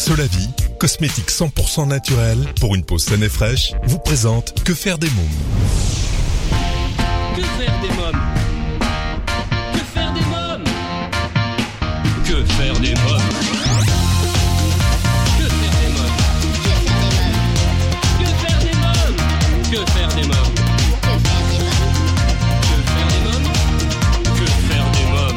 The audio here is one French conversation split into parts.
Solavi, cosmétique 100% naturel pour une peau saine et fraîche, vous présente Que faire des mômes. Que faire des mômes? Que faire des mômes? Que faire des mômes? Que faire des mômes? Que faire des mômes? Que faire des mômes? Que faire des mômes? Que faire des mômes?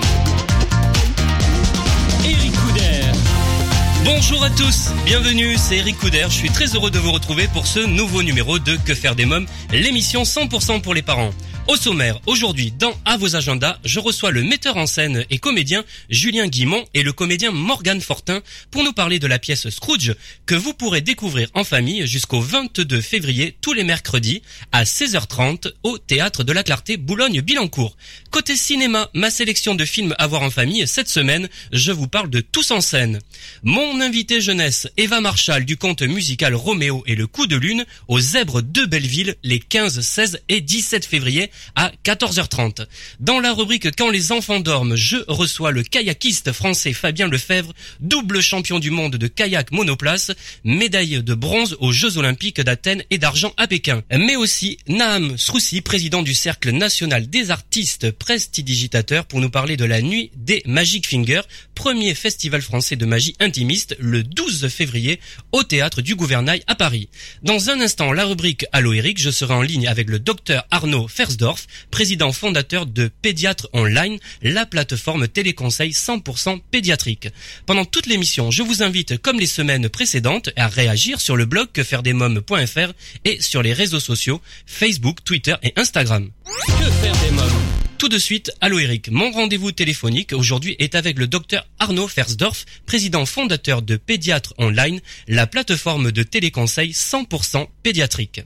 Eric Couder. Bonjour à tous, bienvenue, c'est Eric Couder, je suis très heureux de vous retrouver pour ce nouveau numéro de Que faire des mômes, l'émission 100% pour les parents. Au sommaire, aujourd'hui, dans À vos agendas, je reçois le metteur en scène et comédien Julien Guimont et le comédien Morgane Fortin pour nous parler de la pièce Scrooge que vous pourrez découvrir en famille jusqu'au 22 février tous les mercredis à 16h30 au Théâtre de la Clarté Boulogne-Billancourt. Côté cinéma, ma sélection de films à voir en famille, cette semaine, je vous parle de Tous en scène. Mon invité jeunesse, Eva Marchal du conte musical Roméo et le coup de lune aux Zèbres de Belleville les 15, 16 et 17 février à 14h30. Dans la rubrique Quand les enfants dorment, je reçois le kayakiste français Fabien Lefebvre, double champion du monde de kayak monoplace, médaille de bronze aux Jeux Olympiques d'Athènes et d'argent à Pékin. Mais aussi Naham Sroussi, président du Cercle national des artistes prestidigitateurs, pour nous parler de la nuit des Magic Fingers, premier festival français de magie intimiste, le 12 février au Théâtre du Gouvernail à Paris. Dans un instant, la rubrique Allo Eric, je serai en ligne avec le docteur Arnaud Fersdorf, président fondateur de Pédiatre Online, la plateforme téléconseil 100% pédiatrique. Pendant toute l'émission, je vous invite, comme les semaines précédentes, à réagir sur le blog quefairedesmoms.fr et sur les réseaux sociaux Facebook, Twitter et Instagram. Que faire des mômes? Tout de suite, Allo Eric. Mon rendez-vous téléphonique aujourd'hui est avec le docteur Arnaud Fersdorf, président fondateur de Pédiatre Online, la plateforme de téléconseil 100% pédiatrique.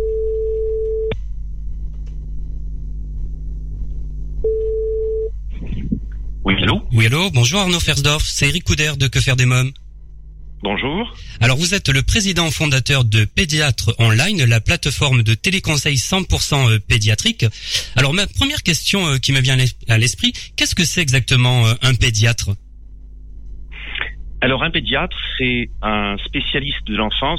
Oui, allô? Oui, allô, bonjour Arnaud Fersdorf, c'est Eric Couder de Que faire des mômes. Bonjour. Alors vous êtes le président fondateur de Pédiatre Online, la plateforme de téléconseil 100% pédiatrique. Alors ma première question qui me vient à l'esprit, qu'est-ce que c'est exactement un pédiatre? Alors un pédiatre, c'est un spécialiste de l'enfance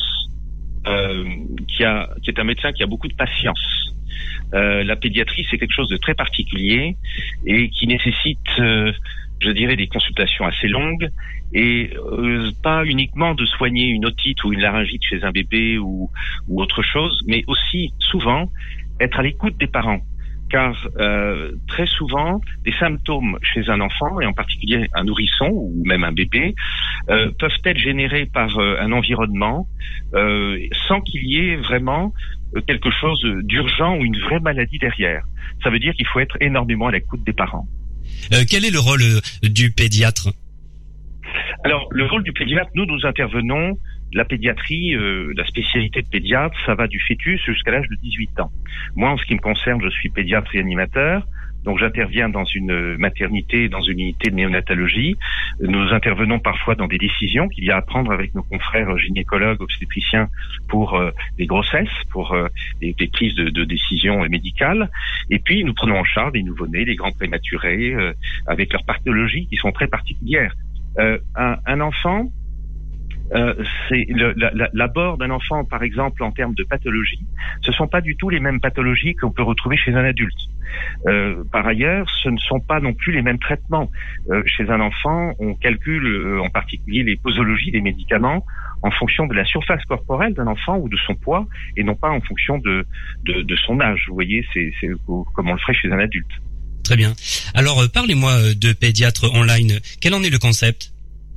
qui est un médecin qui a beaucoup de patience. La pédiatrie, c'est quelque chose de très particulier et qui nécessite, je dirais, des consultations assez longues et pas uniquement de soigner une otite ou une laryngite chez un bébé ou autre chose, mais aussi souvent être à l'écoute des parents. Car très souvent, des symptômes chez un enfant, et en particulier un nourrisson ou même un bébé, peuvent être générés par un environnement sans qu'il y ait vraiment quelque chose d'urgent ou une vraie maladie derrière. Ça veut dire qu'il faut être énormément à l'écoute des parents. Quel est le rôle du pédiatre? Alors, le rôle du pédiatre, nous intervenons, la pédiatrie, la spécialité de pédiatre, ça va du fœtus jusqu'à l'âge de 18 ans. Moi, en ce qui me concerne, je suis pédiatre et animateur. Donc j'interviens dans une maternité, dans une unité de néonatologie. Nous intervenons parfois dans des décisions qu'il y a à prendre avec nos confrères gynécologues, obstétriciens pour des grossesses, pour des prises de décisions médicales. Et puis nous prenons en charge des nouveau-nés, des grands prématurés, avec leurs pathologies qui sont très particulières. Un enfant, c'est l'abord d'un enfant, par exemple, en termes de pathologie, ce sont pas du tout les mêmes pathologies qu'on peut retrouver chez un adulte. Par ailleurs, ce ne sont pas non plus les mêmes traitements. Chez un enfant, on calcule en particulier les posologies des médicaments en fonction de la surface corporelle d'un enfant ou de son poids, et non pas en fonction de son âge. Vous voyez, c'est comme on le ferait chez un adulte. Très bien. Alors, parlez-moi de Pédiatre Online. Quel en est le concept?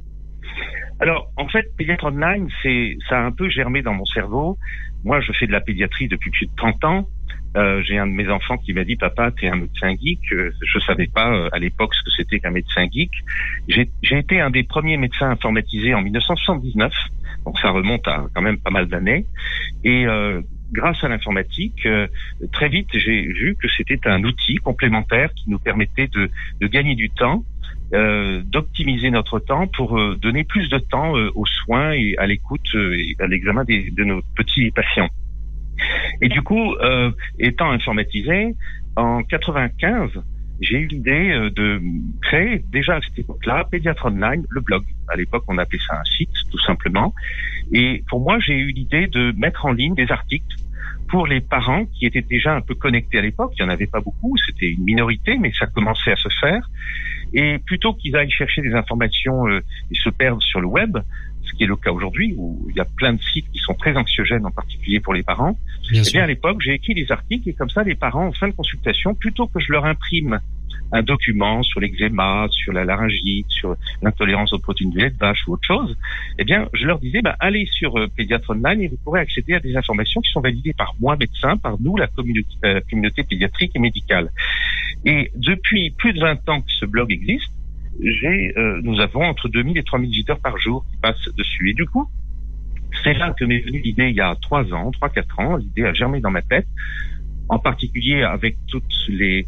Alors, en fait, Pédiatre Online, ça a un peu germé dans mon cerveau. Moi, je fais de la pédiatrie depuis plus de 30 ans. J'ai un de mes enfants qui m'a dit, papa, t'es un médecin geek. Je savais pas à l'époque ce que c'était qu'un médecin geek. J'ai été un des premiers médecins informatisés en 1979. Donc ça remonte à quand même pas mal d'années. Et grâce à l'informatique, très vite, j'ai vu que c'était un outil complémentaire qui nous permettait de gagner du temps, d'optimiser notre temps pour donner plus de temps aux soins et à l'écoute et à l'examen de nos petits patients. Et du coup, étant informatisé, en 95, j'ai eu l'idée de créer, déjà à cette époque-là, Pédiatre Online, le blog. À l'époque, on appelait ça un site, tout simplement. Et pour moi, j'ai eu l'idée de mettre en ligne des articles pour les parents qui étaient déjà un peu connectés à l'époque. Il n'y en avait pas beaucoup, c'était une minorité, mais ça commençait à se faire. Et plutôt qu'ils aillent chercher des informations et se perdre sur le web, ce qui est le cas aujourd'hui, où il y a plein de sites qui sont très anxiogènes, en particulier pour les parents, eh bien à l'époque, j'ai écrit des articles et comme ça, les parents, en fin de consultation, plutôt que je leur imprime un document sur l'eczéma, sur la laryngite, sur l'intolérance aux protéines du lait de vache ou autre chose, eh bien, je leur disais, allez sur Pédiatre Online et vous pourrez accéder à des informations qui sont validées par moi, médecin, par nous, la communauté pédiatrique et médicale. Et depuis plus de 20 ans que ce blog existe, nous avons entre 2000 et 3000 visiteurs par jour qui passent dessus. Et du coup, c'est là que m'est venue l'idée il y a 3-4 ans, l'idée a germé dans ma tête, en particulier avec toutes les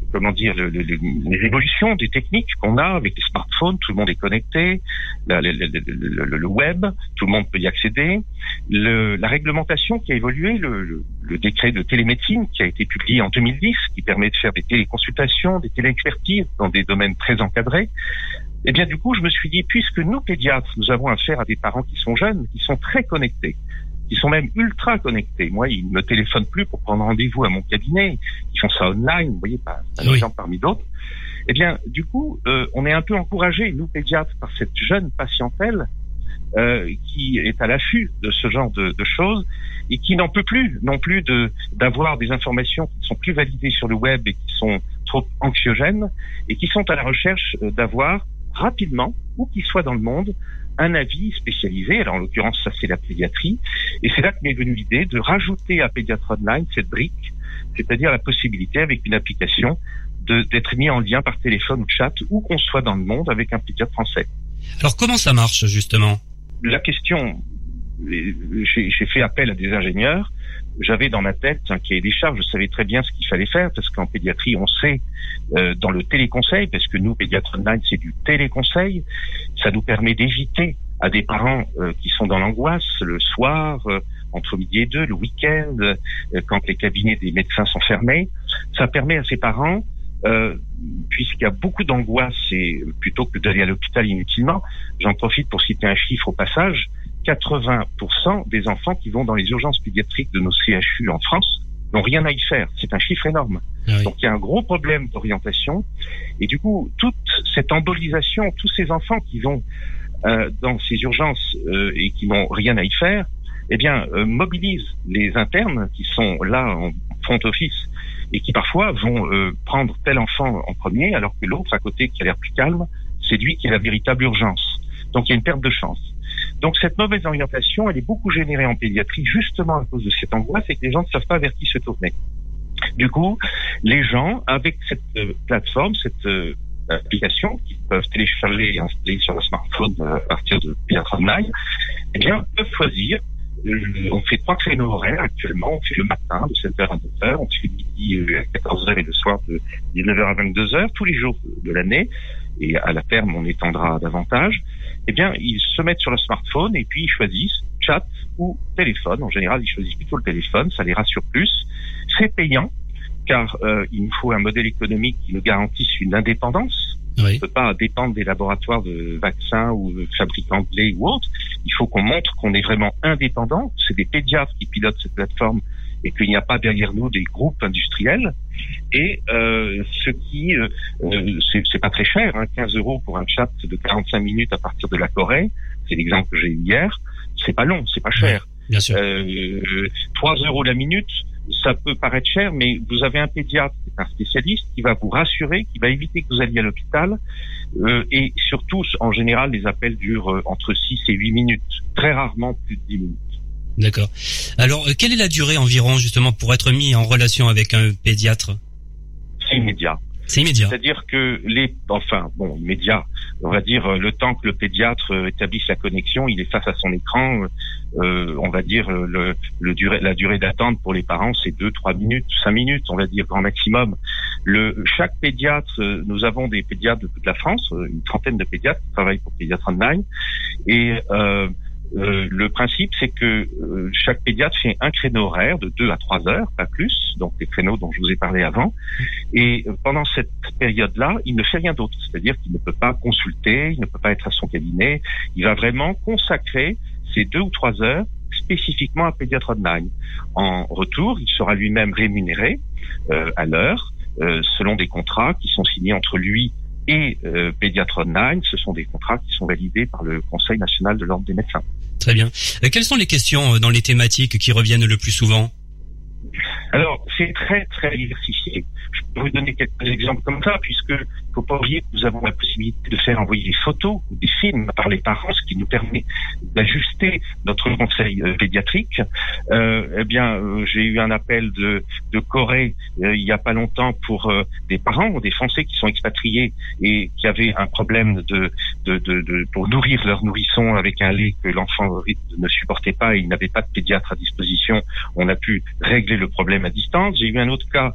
évolutions des techniques qu'on a avec les smartphones, tout le monde est connecté, le web, tout le monde peut y accéder, la réglementation qui a évolué, le décret de télémédecine qui a été publié en 2010, qui permet de faire des téléconsultations, des téléexpertises dans des domaines très encadrés. Et bien du coup, je me suis dit, puisque nous pédiatres, nous avons affaire à des parents qui sont jeunes, qui sont très connectés, qui sont même ultra connectés. Moi, ils me téléphonent plus pour prendre rendez-vous à mon cabinet. Ils font ça online, vous voyez, pas un exemple parmi d'autres. Eh bien, du coup, on est un peu encouragés, nous pédiatres, par cette jeune patientèle qui est à l'affût de ce genre de choses et qui n'en peut plus non plus d'avoir des informations qui ne sont plus validées sur le web et qui sont trop anxiogènes et qui sont à la recherche d'avoir rapidement, où qu'ils soient dans le monde, un avis spécialisé. Alors en l'occurrence, ça c'est la pédiatrie. Et c'est là que m'est venue l'idée de rajouter à Pédiatre Online cette brique, c'est-à-dire la possibilité avec une application d'être mis en lien par téléphone ou chat, où qu'on soit dans le monde avec un pédiatre français. Alors comment ça marche justement ? La question, j'ai fait appel à des ingénieurs. J'avais dans ma tête un cahier des charges, je savais très bien ce qu'il fallait faire, parce qu'en pédiatrie, on sait, dans le téléconseil, parce que nous, Pédiatre Online, c'est du téléconseil, ça nous permet d'éviter à des parents qui sont dans l'angoisse le soir, entre midi et 2, le week-end, quand les cabinets des médecins sont fermés. Ça permet à ces parents, puisqu'il y a beaucoup d'angoisse, et plutôt que d'aller à l'hôpital inutilement, j'en profite pour citer un chiffre au passage, 80% des enfants qui vont dans les urgences pédiatriques de nos CHU en France n'ont rien à y faire. C'est un chiffre énorme. Oui. Donc il y a un gros problème d'orientation. Et du coup, toute cette embolisation, tous ces enfants qui vont dans ces urgences et qui n'ont rien à y faire, eh bien, mobilisent les internes qui sont là en front office et qui parfois vont prendre tel enfant en premier, alors que l'autre à côté qui a l'air plus calme, c'est lui qui a la véritable urgence. Donc il y a une perte de chance. Donc cette mauvaise orientation, elle est beaucoup générée en pédiatrie justement à cause de cette angoisse et que les gens ne savent pas vers qui se tourner. Du coup, les gens, avec cette plateforme, cette application qu'ils peuvent télécharger et installer sur le smartphone à partir de Pédiatre Online, eh bien, peuvent choisir. On fait 3 créneaux horaires actuellement. On fait le matin de 7h à 9h, on fait le midi à 14h et le soir de 19h à 22h, tous les jours de l'année. Et à la terme, on étendra davantage. Eh bien, ils se mettent sur le smartphone et puis ils choisissent chat ou téléphone. En général, ils choisissent plutôt le téléphone, ça les rassure plus. C'est payant, car il nous faut un modèle économique qui nous garantisse une indépendance. Oui. On ne peut pas dépendre des laboratoires de vaccins ou de fabricants de lait ou autres. Il faut qu'on montre qu'on est vraiment indépendant. C'est des pédiatres qui pilotent cette plateforme et qu'il n'y a pas derrière nous des groupes industriels. Et c'est pas très cher, 15 € pour un chat de 45 minutes à partir de la Corée. C'est l'exemple que j'ai eu hier. C'est pas long, c'est pas cher. Oui, bien sûr. 3 € la minute, ça peut paraître cher, mais vous avez un pédiatre, qui est un spécialiste, qui va vous rassurer, qui va éviter que vous alliez à l'hôpital. Et surtout, en général, les appels durent entre 6 et 8 minutes. Très rarement plus de 10 minutes. D'accord. Alors, quelle est la durée environ, justement, pour être mis en relation avec un pédiatre ? C'est immédiat. C'est immédiat. C'est-à-dire que immédiat. On va dire, le temps que le pédiatre établisse la connexion, il est face à son écran. On va dire, la durée d'attente pour les parents, c'est 2-3 minutes, 5 minutes, on va dire, grand maximum. Chaque pédiatre, nous avons des pédiatres de toute la France, une trentaine de pédiatres qui travaillent pour Pédiatre Online. Et, Le principe, c'est que chaque pédiatre fait un créneau horaire de 2 à 3 heures, pas plus, donc les créneaux dont je vous ai parlé avant. Et pendant cette période-là, il ne fait rien d'autre. C'est-à-dire qu'il ne peut pas consulter, il ne peut pas être à son cabinet. Il va vraiment consacrer ces 2 ou 3 heures spécifiquement à Pédiatre Online. En retour, il sera lui-même rémunéré à l'heure, selon des contrats qui sont signés entre lui et Pédiatre Online. Ce sont des contrats qui sont validés par le Conseil national de l'ordre des médecins. Très bien. Quelles sont les questions dans les thématiques qui reviennent le plus souvent ? Alors, c'est très, très diversifié. Je peux vous donner quelques exemples comme ça, puisque il faut pas oublier que nous avons la possibilité de faire envoyer des photos ou des films par les parents, ce qui nous permet d'ajuster notre conseil pédiatrique. J'ai eu un appel de Corée il y a pas longtemps pour des parents, des Français qui sont expatriés et qui avaient un problème pour nourrir leur nourrisson avec un lait que l'enfant ne supportait pas et il n'avait pas de pédiatre à disposition. On a pu régler le problème à distance. J'ai eu un autre cas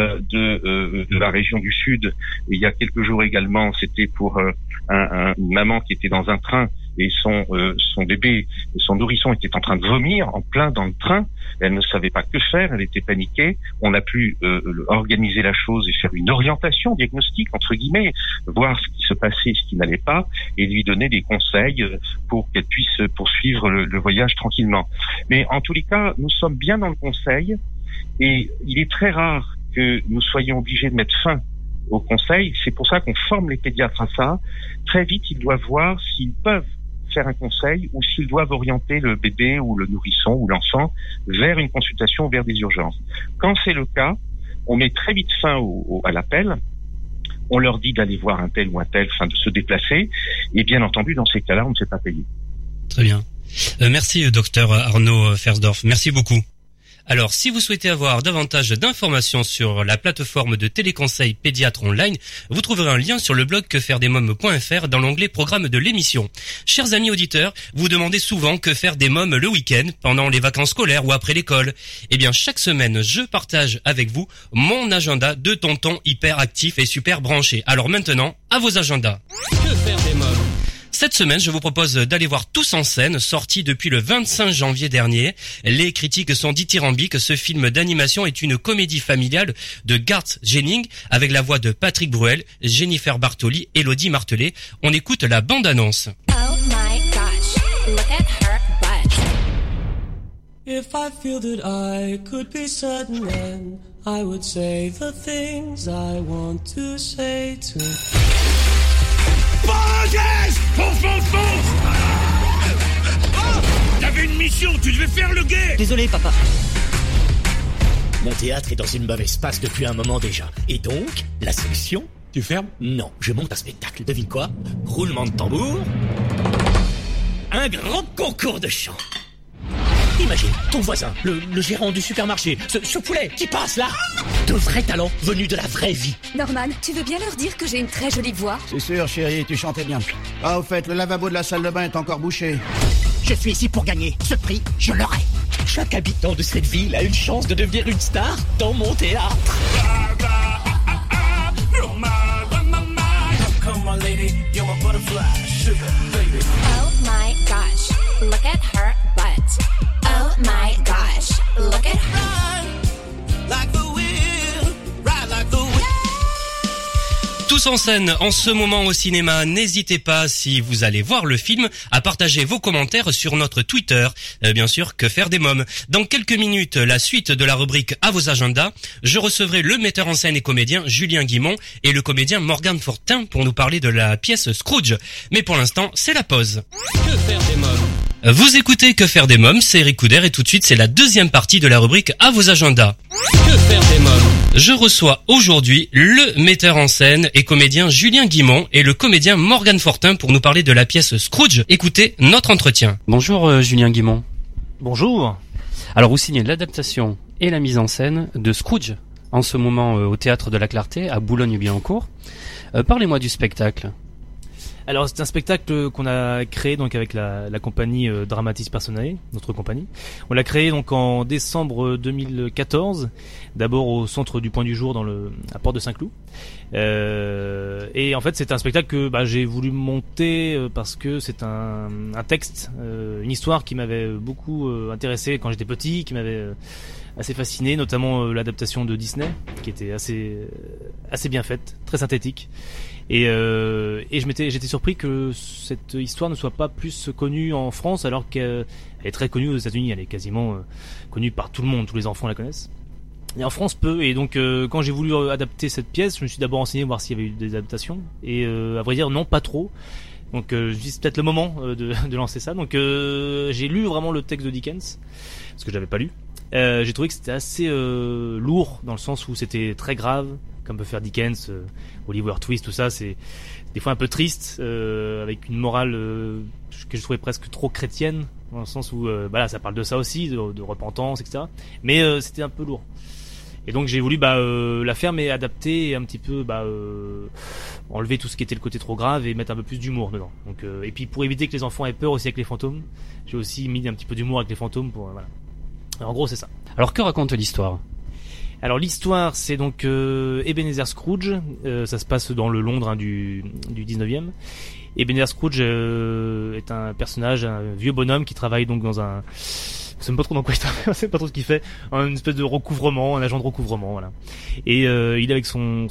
de la région du Sud il y a quelques jours également. C'était pour une maman qui était dans un train et son bébé, son nourrisson était en train de vomir en plein dans le train. Elle ne savait pas que faire, elle était paniquée. On a pu organiser la chose et faire une orientation diagnostique entre guillemets, voir ce qui se passait, ce qui n'allait pas, et lui donner des conseils pour qu'elle puisse poursuivre le voyage tranquillement. Mais en tous les cas, nous sommes bien dans le conseil et il est très rare que nous soyons obligés de mettre fin au conseil. C'est pour ça qu'on forme les pédiatres à ça. Très vite, ils doivent voir s'ils peuvent faire un conseil ou s'ils doivent orienter le bébé ou le nourrisson ou l'enfant vers une consultation ou vers des urgences. Quand c'est le cas, on met très vite fin à l'appel. On leur dit d'aller voir un tel ou un tel, de se déplacer. Et bien entendu, dans ces cas-là, on ne se fait pas payer. Très bien. Merci, docteur Arnaud Fersdorf. Merci beaucoup. Alors, si vous souhaitez avoir davantage d'informations sur la plateforme de téléconseil Pédiatre Online, vous trouverez un lien sur le blog quefairedesmoms.fr dans l'onglet programme de l'émission. Chers amis auditeurs, vous demandez souvent que faire des mômes le week-end, pendant les vacances scolaires ou après l'école. Eh bien, chaque semaine, je partage avec vous mon agenda de tonton hyper actif et super branché. Alors maintenant, à vos agendas. Que faire des mômes ? Cette semaine, je vous propose d'aller voir Tous en scène, sorti depuis le 25 janvier dernier. Les critiques sont dithyrambiques. Ce film d'animation est une comédie familiale de Garth Jennings avec la voix de Patrick Bruel, Jennifer Bartoli, Elodie Martelet. On écoute la bande-annonce. Oh my gosh, look at her butt. If I feel that I could be certain, then I would say the things I want to say to. T'avais une mission, tu devais faire le guet. Désolé, papa. Mon théâtre est dans une mauvaise passe depuis un moment déjà. Et donc, la solution? Tu fermes? Non, je monte un spectacle. Devine quoi? Roulement de tambour. Un grand concours de chant. Imagine, ton voisin, le gérant du supermarché, ce poulet qui passe là, de vrais talents venus de la vraie vie. Norman, tu veux bien leur dire que j'ai une très jolie voix? C'est sûr, chérie, tu chantais bien. Ah, au fait, le lavabo de la salle de bain est encore bouché. Je suis ici pour gagner. Ce prix, je l'aurai. Chaque habitant de cette ville a une chance de devenir une star dans mon théâtre. Oh my gosh, look at her butt. Oh my gosh, look at her. Like the wind, ride like the wind. Tous en scène en ce moment au cinéma. N'hésitez pas, si vous allez voir le film, à partager vos commentaires sur notre Twitter. Bien sûr, que faire des mômes. Dans quelques minutes, la suite de la rubrique à vos agendas. Je recevrai le metteur en scène et comédien Julien Guimont et le comédien Morgan Fortin pour nous parler de la pièce Scrooge. Mais pour l'instant, c'est la pause. Que faire des mômes ? Vous écoutez Que faire des mômes, c'est Eric Couder et tout de suite c'est la deuxième partie de la rubrique à vos agendas. Que faire des mômes ? Je reçois aujourd'hui le metteur en scène et comédien Julien Guimont et le comédien Morgan Fortin pour nous parler de la pièce Scrooge. Écoutez notre entretien. Bonjour Julien Guimont. Bonjour. Alors vous signez l'adaptation et la mise en scène de Scrooge en ce moment au Théâtre de la Clarté à Boulogne-Billancourt. Parlez-moi du spectacle. Alors c'est un spectacle qu'on a créé donc avec la compagnie Dramatis Personae, notre compagnie. On l'a créé donc en décembre 2014, d'abord au centre du Point du Jour à Porte de Saint-Cloud. Et en fait c'est un spectacle que j'ai voulu monter parce que c'est un texte, une histoire qui m'avait beaucoup intéressé quand j'étais petit, qui m'avait assez fasciné, notamment l'adaptation de Disney, qui était assez bien faite, très synthétique. Et j'étais surpris que cette histoire ne soit pas plus connue en France, alors qu'elle est très connue aux États-Unis. Elle est quasiment connue par tout le monde, tous les enfants la connaissent. Et en France peu. Et donc quand j'ai voulu adapter cette pièce, je me suis d'abord renseigné voir s'il y avait eu des adaptations. Et à vrai dire, non, pas trop. Donc je dis c'est peut-être le moment de lancer ça. Donc j'ai lu vraiment le texte de Dickens, parce que je l'avais pas lu. J'ai trouvé que c'était assez lourd, dans le sens où c'était très grave, comme peut faire Dickens, Oliver Twist, tout ça, c'est des fois un peu triste, avec une morale que je trouvais presque trop chrétienne, dans le sens où ça parle de ça aussi, de repentance, etc. Mais c'était un peu lourd. Et donc j'ai voulu la faire, mais adapter et un petit peu enlever tout ce qui était le côté trop grave et mettre un peu plus d'humour dedans. Donc et puis pour éviter que les enfants aient peur aussi avec les fantômes, j'ai aussi mis un petit peu d'humour avec les fantômes pour voilà. En gros c'est ça. Alors que raconte l'histoire ? Alors l'histoire c'est donc Ebenezer Scrooge, ça se passe dans le Londres du 19e. Ebenezer Scrooge est un personnage, un vieux bonhomme qui travaille donc dans un... Je sais pas trop dans quoi il travaille, je sais pas trop ce qu'il fait, une espèce de recouvrement, un agent de recouvrement, voilà. Et il est avec son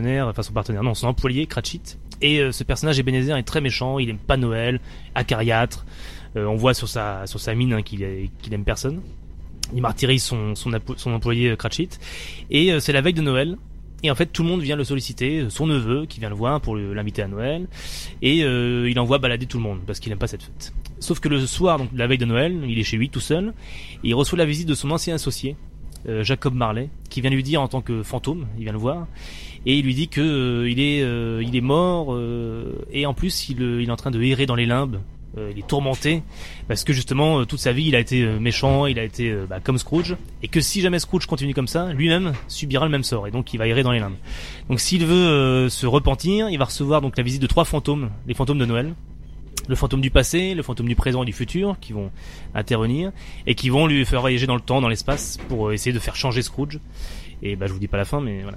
employé Cratchit. Et ce personnage Ebenezer est très méchant, il aime pas Noël, acariâtre. On voit sur sa mine qu'il aime personne. Il martyrise son employé Cratchit. Et c'est la veille de Noël. Et en fait, tout le monde vient le solliciter, son neveu qui vient le voir pour l'inviter à Noël. Et il envoie balader tout le monde parce qu'il aime pas cette fête. Sauf que le soir, donc la veille de Noël, il est chez lui tout seul. Et il reçoit la visite de son ancien associé, Jacob Marley, qui vient lui dire en tant que fantôme, il vient le voir. Et il lui dit que il est mort et en plus il est en train de errer dans les limbes. Il est tourmenté parce que justement toute sa vie il a été méchant, il a été comme Scrooge, et que si jamais Scrooge continue comme ça, lui-même subira le même sort et donc il va errer dans les limbes. Donc s'il veut se repentir, il va recevoir donc la visite de 3 fantômes, les fantômes de Noël. Le fantôme du passé, le fantôme du présent et du futur qui vont intervenir et qui vont lui faire voyager dans le temps, dans l'espace pour essayer de faire changer Scrooge. Et je vous dis pas la fin mais voilà.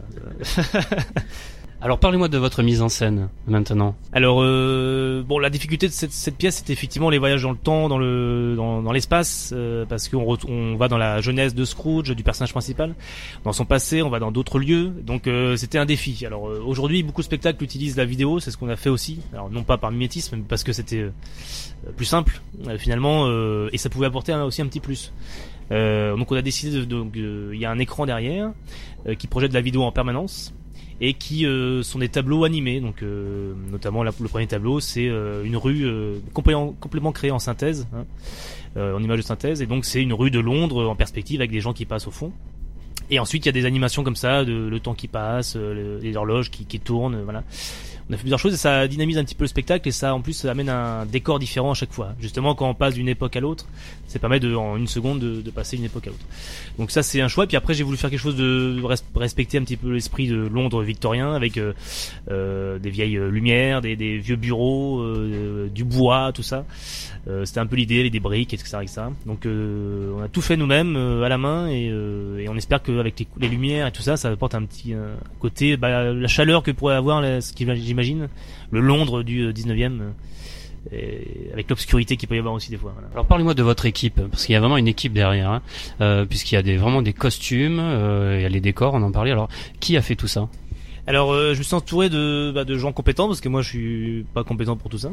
Alors parlez-moi de votre mise en scène maintenant. Alors la difficulté de cette pièce c'est effectivement les voyages dans le temps, dans l'espace, parce qu'on va dans la jeunesse de Scrooge, du personnage principal, dans son passé, on va dans d'autres lieux, donc c'était un défi. Alors aujourd'hui beaucoup de spectacles utilisent la vidéo, c'est ce qu'on a fait aussi. Alors non pas par mimétisme, mais parce que c'était plus simple finalement, et ça pouvait apporter aussi un petit plus. Donc on a décidé il y a un écran derrière qui projette de la vidéo en permanence. Et qui sont des tableaux animés, donc notamment le premier tableau c'est une rue complètement créée en synthèse, en image de synthèse, et donc c'est une rue de Londres en perspective avec des gens qui passent au fond. Et ensuite il y a des animations comme ça, le temps qui passe, les horloges qui tournent, voilà. On a fait plusieurs choses et ça dynamise un petit peu le spectacle et ça en plus ça amène un décor différent à chaque fois. Justement quand on passe d'une époque à l'autre, ça permet en une seconde de passer d'une époque à l'autre. Donc ça c'est un choix. Puis après j'ai voulu faire quelque chose de respecter un petit peu l'esprit de Londres victorien avec des vieilles lumières, des vieux bureaux, du bois, tout ça. C'était un peu l'idée, des briques, etc. Donc on a tout fait nous-mêmes à la main et on espère qu'avec les lumières et tout ça, ça apporte un petit côté, la chaleur que pourrait avoir j'imagine, le Londres du 19e, avec l'obscurité qu'il peut y avoir aussi des fois. Voilà. Alors parlez-moi de votre équipe, parce qu'il y a vraiment une équipe derrière, puisqu'il y a vraiment des costumes, il y a les décors, on en parlait. Alors qui a fait tout ça ? Alors je me suis entouré de gens compétents parce que moi je suis pas compétent pour tout ça.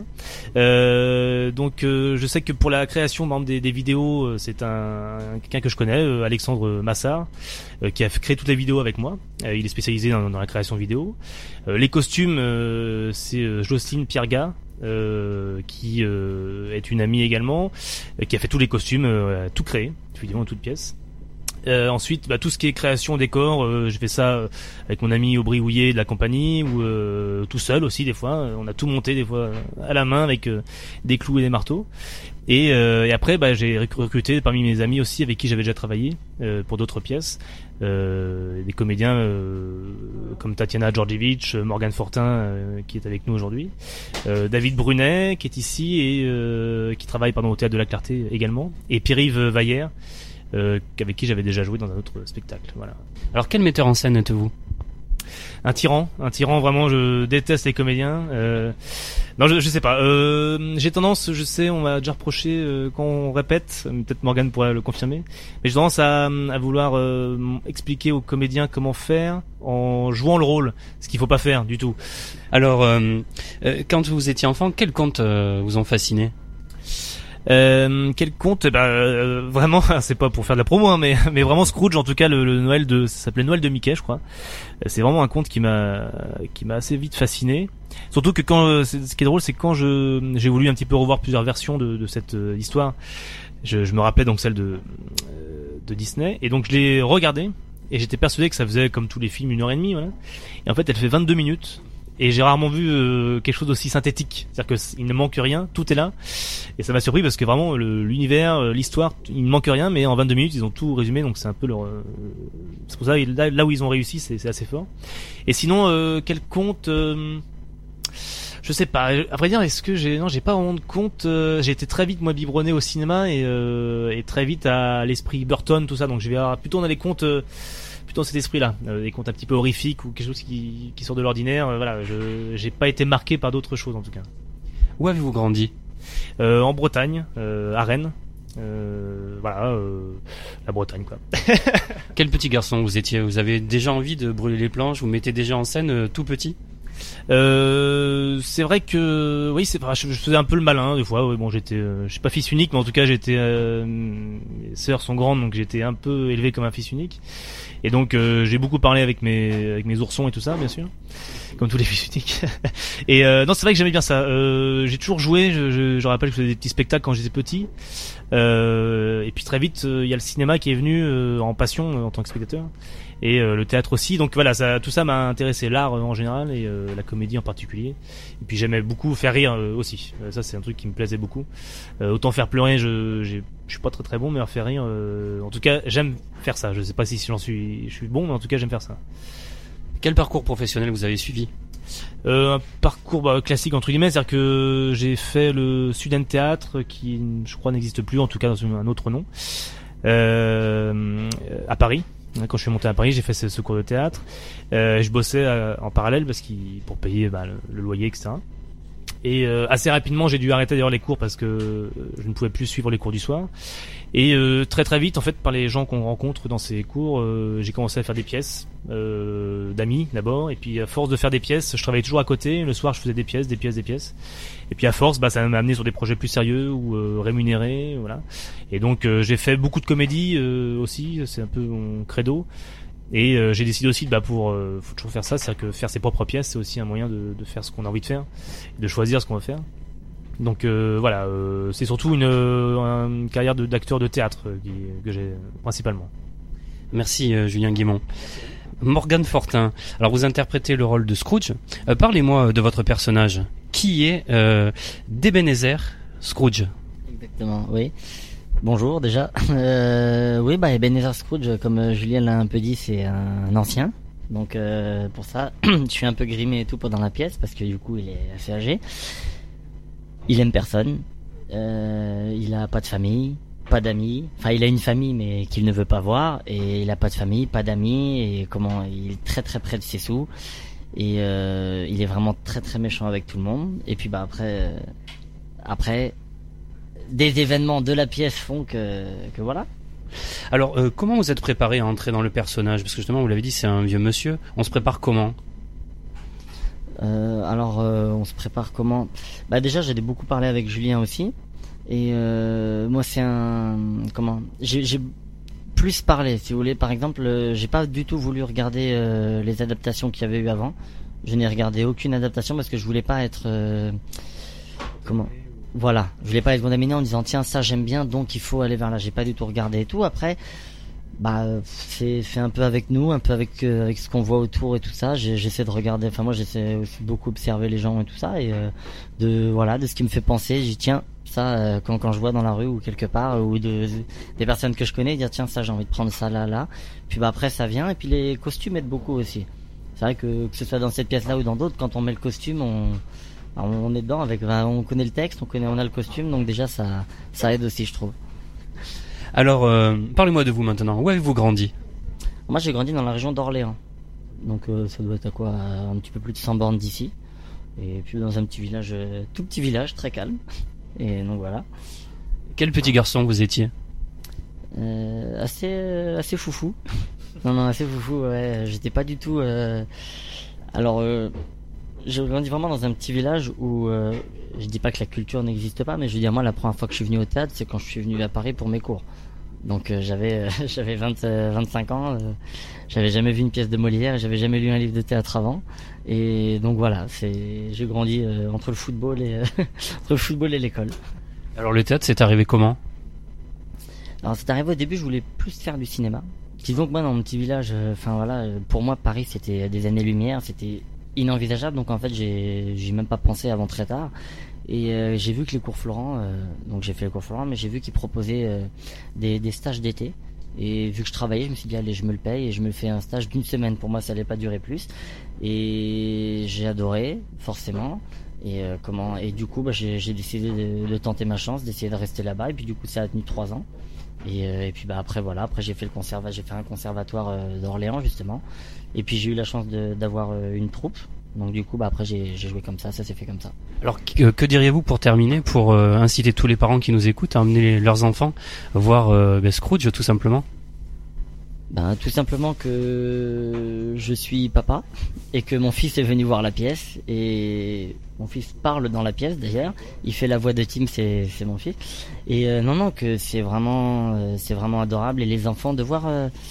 Donc je sais que pour la création par exemple, des vidéos, c'est quelqu'un que je connais, Alexandre Massard, qui a créé toutes les vidéos avec moi. Il est spécialisé dans la création vidéo. Les costumes, c'est Jocelyne Pierga, qui est une amie également, qui a fait tous les costumes, tout créé, évidemment toute pièce. Ensuite, tout ce qui est création décor, j'ai fait ça avec mon ami Aubry Houillet de la compagnie, ou tout seul aussi des fois. On a tout monté des fois à la main avec des clous et des marteaux. Et après, j'ai recruté parmi mes amis aussi avec qui j'avais déjà travaillé pour d'autres pièces, des comédiens comme Tatiana Georgievich, Morgane Fortin qui est avec nous aujourd'hui, David Brunet qui est ici et qui travaille au Théâtre de la Clarté également, et Pierre-Yves Vaillère avec qui j'avais déjà joué dans un autre spectacle. Voilà. Alors quel metteur en scène êtes-vous ? Un tyran vraiment, je déteste les comédiens. Non, je sais pas. J'ai tendance, je sais, on m'a déjà reproché quand on répète, peut-être Morgane pourrait le confirmer, mais j'ai tendance à vouloir expliquer aux comédiens comment faire en jouant le rôle, ce qu'il faut pas faire du tout. Alors, quand vous étiez enfant, quels contes vous ont fasciné ? Quel conte? Vraiment, c'est pas pour faire de la promo, hein, mais vraiment Scrooge, en tout cas le Noël ça s'appelait Noël de Mickey, je crois. C'est vraiment un conte qui m'a assez vite fasciné. Surtout que ce qui est drôle, c'est que quand j'ai voulu un petit peu revoir plusieurs versions de cette histoire, je me rappelais donc celle de Disney, et donc je l'ai regardée et j'étais persuadé que ça faisait comme tous les films 1h30, voilà. Et en fait, elle fait 22 minutes. Et j'ai rarement vu quelque chose d'aussi synthétique. C'est-à-dire qu'il ne manque rien, tout est là. Et ça m'a surpris parce que vraiment l'univers, l'histoire, il ne manque rien, mais en 22 minutes ils ont tout résumé. Donc c'est un peu leur. C'est pour ça là où ils ont réussi, c'est assez fort. Et sinon, quel conte je sais pas. À vrai dire, est-ce que j'ai pas vraiment de conte. J'ai été très vite moi biberonné au cinéma et très vite à l'esprit Burton, tout ça. Donc je vais plutôt dans les contes. Dans cet esprit-là, des contes un petit peu horrifiques ou quelque chose qui sort de l'ordinaire. Voilà, j'ai pas été marqué par d'autres choses en tout cas. Où avez-vous grandi ? En Bretagne, à Rennes. La Bretagne quoi. Quel petit garçon vous étiez ? Vous avez déjà envie de brûler les planches ? Vous mettez déjà en scène tout petit ? C'est vrai que oui, je faisais un peu le malin des fois. Ouais, bon, je suis pas fils unique, mais en tout cas j'étais. Mes sœurs sont grandes, donc j'étais un peu élevé comme un fils unique. Et donc j'ai beaucoup parlé avec mes oursons et tout ça, bien sûr, comme tous les fils uniques. Et non, c'est vrai que j'aimais bien ça. J'ai toujours joué. Je rappelle que je faisais des petits spectacles quand j'étais petit. Et puis très vite, il y a le cinéma qui est venu en passion en tant que spectateur. Et le théâtre aussi. Donc voilà, tout ça m'a intéressé, l'art en général et la comédie en particulier. Et puis j'aimais beaucoup faire rire aussi. Ça c'est un truc qui me plaisait beaucoup. Autant faire pleurer, je suis pas très très bon, mais à faire rire, en tout cas j'aime faire ça. Je sais pas si je suis bon, mais en tout cas j'aime faire ça. Quel parcours professionnel vous avez suivi ? Un parcours classique entre guillemets, c'est-à-dire que j'ai fait le Suden Théâtre qui je crois n'existe plus, en tout cas dans un autre nom, à Paris. Quand je suis monté à Paris, j'ai fait ce cours de théâtre. Je bossais en parallèle pour payer le loyer, etc. Et assez rapidement, j'ai dû arrêter d'ailleurs les cours parce que je ne pouvais plus suivre les cours du soir. Et très très vite, en fait, par les gens qu'on rencontre dans ces cours, j'ai commencé à faire des pièces d'amis d'abord. Et puis à force de faire des pièces, je travaillais toujours à côté. Le soir, je faisais des pièces. Et puis à force, ça m'a amené sur des projets plus sérieux ou rémunérés, voilà. Et donc j'ai fait beaucoup de comédies aussi. C'est un peu mon credo. Et j'ai décidé aussi faut toujours faire ça, c'est-à-dire que faire ses propres pièces, c'est aussi un moyen de faire ce qu'on a envie de faire, de choisir ce qu'on va faire. Donc c'est surtout une carrière d'acteur de théâtre que j'ai principalement. Merci Julien Guimond. Morgane Fortin, alors vous interprétez le rôle de Scrooge. Parlez-moi de votre personnage. Qui est d'Ebenezer Scrooge ? Exactement, oui. Bonjour déjà. Oui, Ebenezer Scrooge, comme Julien l'a un peu dit, c'est un ancien. Donc pour ça, je suis un peu grimé et tout pendant la pièce parce que du coup il est assez âgé. Il aime personne. Il a pas de famille, pas d'amis. Enfin, il a une famille mais qu'il ne veut pas voir. Et il a pas de famille, pas d'amis. Et il est très très près de ses sous. Et il est vraiment très très méchant avec tout le monde. Et puis après, des événements de la pièce font que voilà. Alors, comment vous êtes préparé à entrer dans le personnage ? Parce que justement, vous l'avez dit, c'est un vieux monsieur. On se prépare comment ? On se prépare comment ? Déjà, j'ai beaucoup parlé avec Julien aussi. Et moi, j'ai plus parlé, si vous voulez. Par exemple, j'ai pas du tout voulu regarder les adaptations qu'il y avait eu avant. Je n'ai regardé aucune adaptation parce que je voulais pas être... Voilà, je voulais pas être contaminé en disant tiens ça j'aime bien donc il faut aller vers là. J'ai pas du tout regardé et tout. Après C'est un peu avec nous, un peu avec ce qu'on voit autour et tout ça. J'essaie de regarder, enfin moi j'essaie aussi beaucoup observer les gens et tout ça, et de ce qui me fait penser. J'y tiens ça quand je vois dans la rue ou quelque part, ou des personnes que je connais, dire tiens, ça j'ai envie de prendre ça là. Puis après ça vient, et puis les costumes aident beaucoup aussi. C'est vrai que ce soit dans cette pièce là ou dans d'autres, quand on met le costume, on est dedans on connaît le texte, on a le costume, donc déjà ça aide aussi, je trouve. Alors, parlez-moi de vous maintenant. Où avez-vous grandi ? Moi, j'ai grandi dans la région d'Orléans. Donc, ça doit être à quoi ? Un petit peu plus de 100 bornes d'ici. Et puis, dans un petit village, tout petit village, très calme. Et donc, voilà. Quel petit garçon vous étiez ? Assez foufou. Non, assez foufou, ouais. J'étais pas du tout... j'ai grandi vraiment dans un petit village où... je dis pas que la culture n'existe pas, mais je veux dire, moi, la première fois que je suis venu au théâtre, c'est quand je suis venu à Paris pour mes cours. Donc j'avais 25 ans, j'avais jamais vu une pièce de Molière, j'avais jamais lu un livre de théâtre avant, et donc voilà, j'ai grandi entre le football et l'école. Alors le théâtre, c'est arrivé comment ? Alors c'est arrivé au début, je voulais plus faire du cinéma. Disons que moi, dans mon petit village, pour moi Paris c'était des années-lumière, c'était inenvisageable, donc en fait j'ai même pas pensé avant très tard. Et j'ai vu que les cours Florent, donc j'ai fait les cours Florent, mais j'ai vu qu'ils proposaient des stages d'été. Et vu que je travaillais, je me suis dit allez, je me le paye et je me fais un stage d'1 semaine. Pour moi, ça allait pas durer plus. Et j'ai adoré, forcément. Et du coup, j'ai décidé de tenter ma chance, d'essayer de rester là-bas. Et puis du coup, ça a tenu 3 ans. Et puis après j'ai fait j'ai fait un conservatoire d'Orléans justement. Et puis j'ai eu la chance d'avoir une troupe. Donc du coup, après j'ai joué comme ça s'est fait comme ça. Alors que diriez-vous pour terminer, pour inciter tous les parents qui nous écoutent à emmener leurs enfants voir Scrooge tout simplement ? Tout simplement que je suis papa et que mon fils est venu voir la pièce, et mon fils parle dans la pièce d'ailleurs, il fait la voix de Tim, c'est mon fils, et que c'est vraiment adorable, et les enfants de voir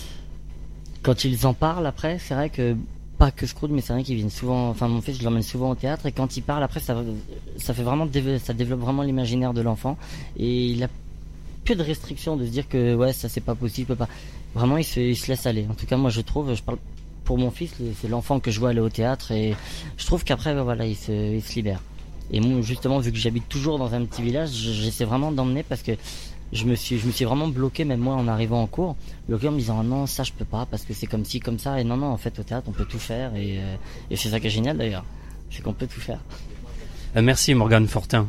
quand ils en parlent après, c'est vrai que pas que Scrooge, mais c'est vrai qu'ils viennent souvent, enfin mon fils je l'emmène souvent au théâtre, et quand il parle après ça fait vraiment ça développe vraiment l'imaginaire de l'enfant, et il a peu de restrictions de se dire que ouais ça c'est pas possible, pas. Vraiment il se laisse aller. En tout cas moi je parle pour mon fils, c'est l'enfant que je vois aller au théâtre, et je trouve qu'après il se libère. Et moi justement, vu que j'habite toujours dans un petit village, j'essaie vraiment d'emmener, parce que je me suis vraiment bloqué, même moi en arrivant en cours, bloqué en me disant non ça je peux pas parce que c'est comme ci comme ça, et non en fait au théâtre on peut tout faire, et c'est ça qui est génial d'ailleurs, c'est qu'on peut tout faire. Merci Morgane Fortin.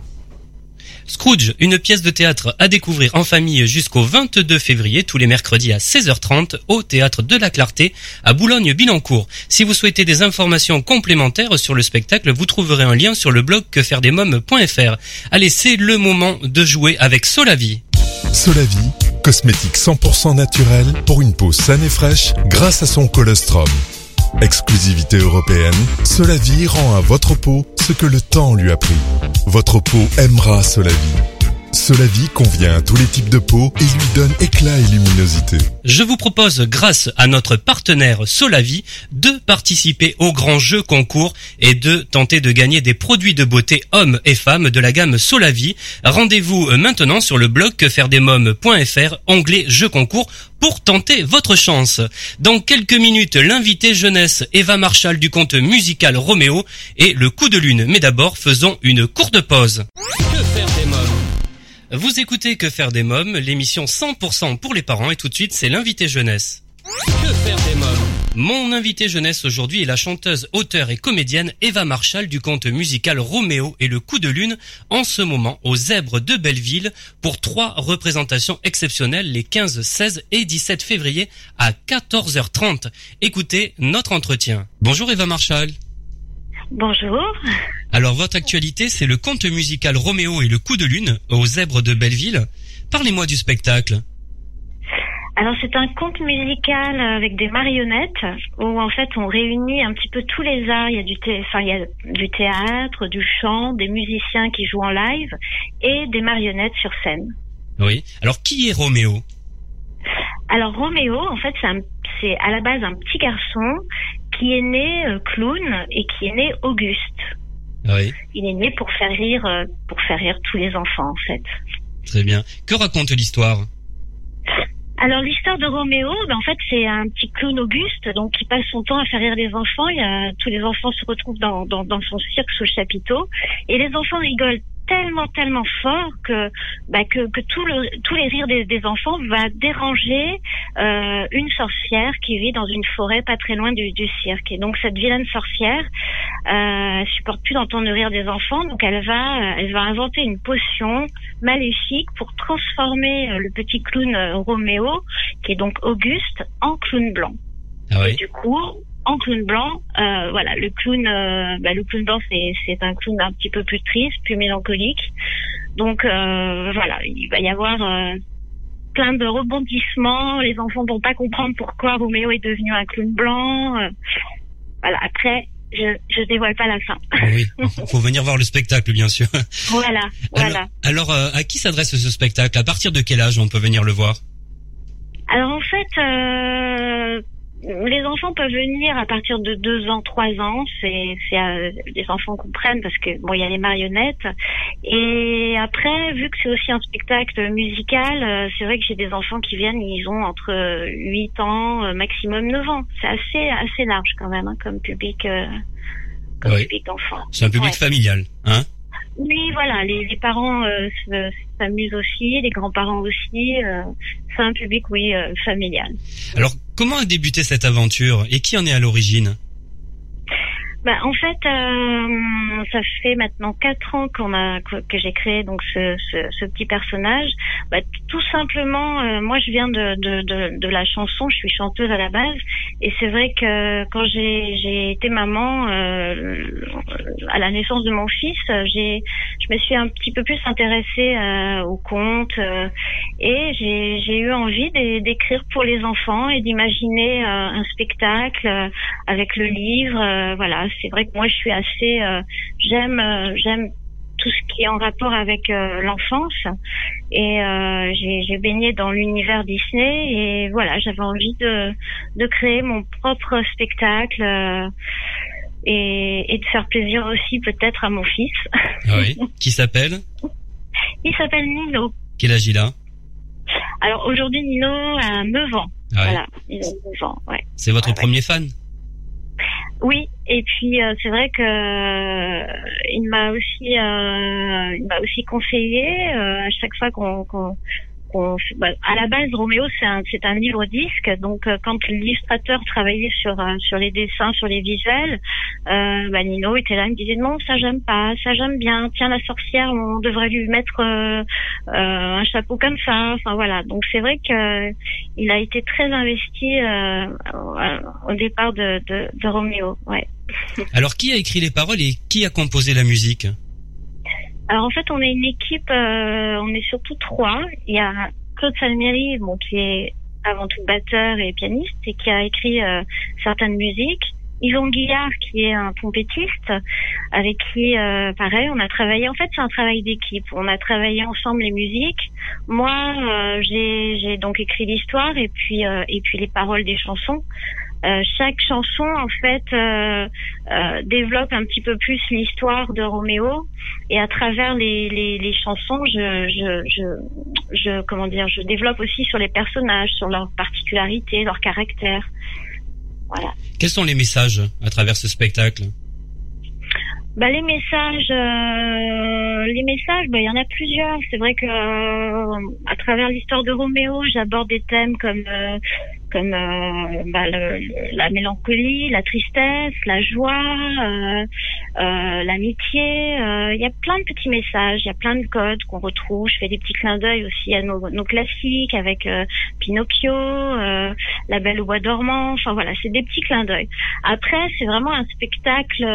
Scrooge, une pièce de théâtre à découvrir en famille jusqu'au 22 février, tous les mercredis à 16h30 au Théâtre de la Clarté à Boulogne-Billancourt. Si vous souhaitez des informations complémentaires sur le spectacle, vous trouverez un lien sur le blog quefairedesmoms.fr. Allez, c'est le moment de jouer avec Solavie. Solavie, cosmétique 100% naturel pour une peau saine et fraîche grâce à son colostrum. Exclusivité européenne, Solavie rend à votre peau ce que le temps lui a pris. Votre peau aimera Solavie. Solavie convient à tous les types de peau et lui donne éclat et luminosité. Je vous propose, grâce à notre partenaire Solavie, de participer au grand jeu concours et de tenter de gagner des produits de beauté hommes et femmes de la gamme Solavie. Rendez-vous maintenant sur le blog quefairedesmoms.fr, onglet jeu concours, pour tenter votre chance. Dans quelques minutes, l'invité jeunesse Eva Marshall du conte musical Roméo et le coup de lune. Mais d'abord, faisons une courte pause. Que faire des mômes ? Vous écoutez Que faire des mômes, l'émission 100% pour les parents, et tout de suite c'est l'invité jeunesse. Que faire des mômes ? Mon invité jeunesse aujourd'hui est la chanteuse, auteure et comédienne Eva Marshall du conte musical Roméo et le coup de lune, en ce moment aux Zèbres de Belleville pour 3 représentations exceptionnelles les 15, 16 et 17 février à 14h30. Écoutez notre entretien. Bonjour Eva Marshall. Bonjour. Alors votre actualité, c'est le conte musical Roméo et le coup de lune aux Zèbres de Belleville. Parlez-moi du spectacle. Alors c'est un conte musical avec des marionnettes où en fait on réunit un petit peu tous les arts. Il y a du théâtre, du chant, des musiciens qui jouent en live et des marionnettes sur scène. Oui. Alors qui est Roméo ? Alors Roméo, en fait, c'est à la base un petit garçon qui est né clown et qui est né Auguste. Oui. Il est né pour faire rire tous les enfants en fait. Très bien. Que raconte l'histoire ? Alors l'histoire de Roméo, en fait c'est un petit clown Auguste, donc qui passe son temps à faire rire les enfants. Tous les enfants se retrouvent dans son cirque sous le chapiteau, et les enfants rigolent tellement fort que tous les rires des enfants va déranger une sorcière qui vit dans une forêt pas très loin du cirque. Et donc cette vilaine sorcière supporte plus d'entendre le rire des enfants, donc elle va inventer une potion maléfique pour transformer le petit clown Roméo, qui est donc Auguste, en clown blanc. Ah oui. Et du coup, en clown blanc, le clown blanc c'est un clown un petit peu plus triste, plus mélancolique. Donc il va y avoir plein de rebondissements. Les enfants vont pas comprendre pourquoi Roméo est devenu un clown blanc. Après, je dévoile pas la fin. Oui, faut venir voir le spectacle, bien sûr. Voilà. Alors, à qui s'adresse ce spectacle? À partir de quel âge on peut venir le voir? Alors en fait, les enfants peuvent venir à partir de 2 ans, 3 ans. C'est les enfants comprennent parce que il y a les marionnettes. Et après, vu que c'est aussi un spectacle musical, c'est vrai que j'ai des enfants qui viennent, ils ont entre 8 ans, maximum 9 ans. C'est assez large quand même, comme public, public d'enfants. C'est un public familial, hein? Oui, voilà, les parents s'amusent aussi, les grands-parents aussi. C'est un public, familial. Alors, comment a débuté cette aventure et qui en est à l'origine? En fait, ça fait maintenant 4 ans que j'ai créé donc ce petit personnage. Tout simplement, moi je viens de la chanson, je suis chanteuse à la base, et c'est vrai que quand j'ai été maman à la naissance de mon fils, je me suis un petit peu plus intéressée aux contes et j'ai eu envie d'écrire pour les enfants et d'imaginer un spectacle avec le livre, voilà. C'est vrai que moi je suis assez j'aime tout ce qui est en rapport avec l'enfance, et j'ai baigné dans l'univers Disney, et voilà, j'avais envie de créer mon propre spectacle et de faire plaisir aussi peut-être à mon fils. Ah oui. Qui s'appelle? Il s'appelle Nino. Quel âge il a? Alors aujourd'hui Nino a 9 ans. Ah ouais. Voilà, il a 9 ans, ouais. C'est votre premier fan? Oui, et puis c'est vrai que il m'a aussi conseillé à chaque fois qu'on à la base Roméo c'est un livre disque, donc quand l'illustrateur travaillait sur les dessins, sur les visuels, Nino était là, il me disait non, ça j'aime pas, ça j'aime bien, tiens la sorcière on devrait lui mettre un chapeau comme ça, enfin voilà. Donc c'est vrai que il a été très investi au départ de Roméo, ouais. Alors qui a écrit les paroles et qui a composé la musique? Alors en fait, on est une équipe, on est surtout 3. Il y a Claude Salmieri, qui est avant tout batteur et pianiste et qui a écrit certaines musiques. Yvon Guillard, qui est un trompettiste, avec qui, pareil, on a travaillé. En fait, c'est un travail d'équipe. On a travaillé ensemble les musiques. Moi, j'ai donc écrit l'histoire et puis les paroles des chansons. Chaque chanson en fait développe un petit peu plus l'histoire de Roméo, et à travers les chansons je développe aussi sur les personnages, sur leurs particularités, leurs caractères. Voilà. Quels sont les messages à travers ce spectacle? Les messages, il y en a plusieurs. C'est vrai que à travers l'histoire de Roméo, j'aborde des thèmes comme la mélancolie, la tristesse, la joie, l'amitié. Il y a plein de petits messages, il y a plein de codes qu'on retrouve. Je fais des petits clins d'œil aussi à nos classiques avec Pinocchio, La Belle au bois dormant. Enfin voilà, c'est des petits clins d'œil. Après, c'est vraiment un spectacle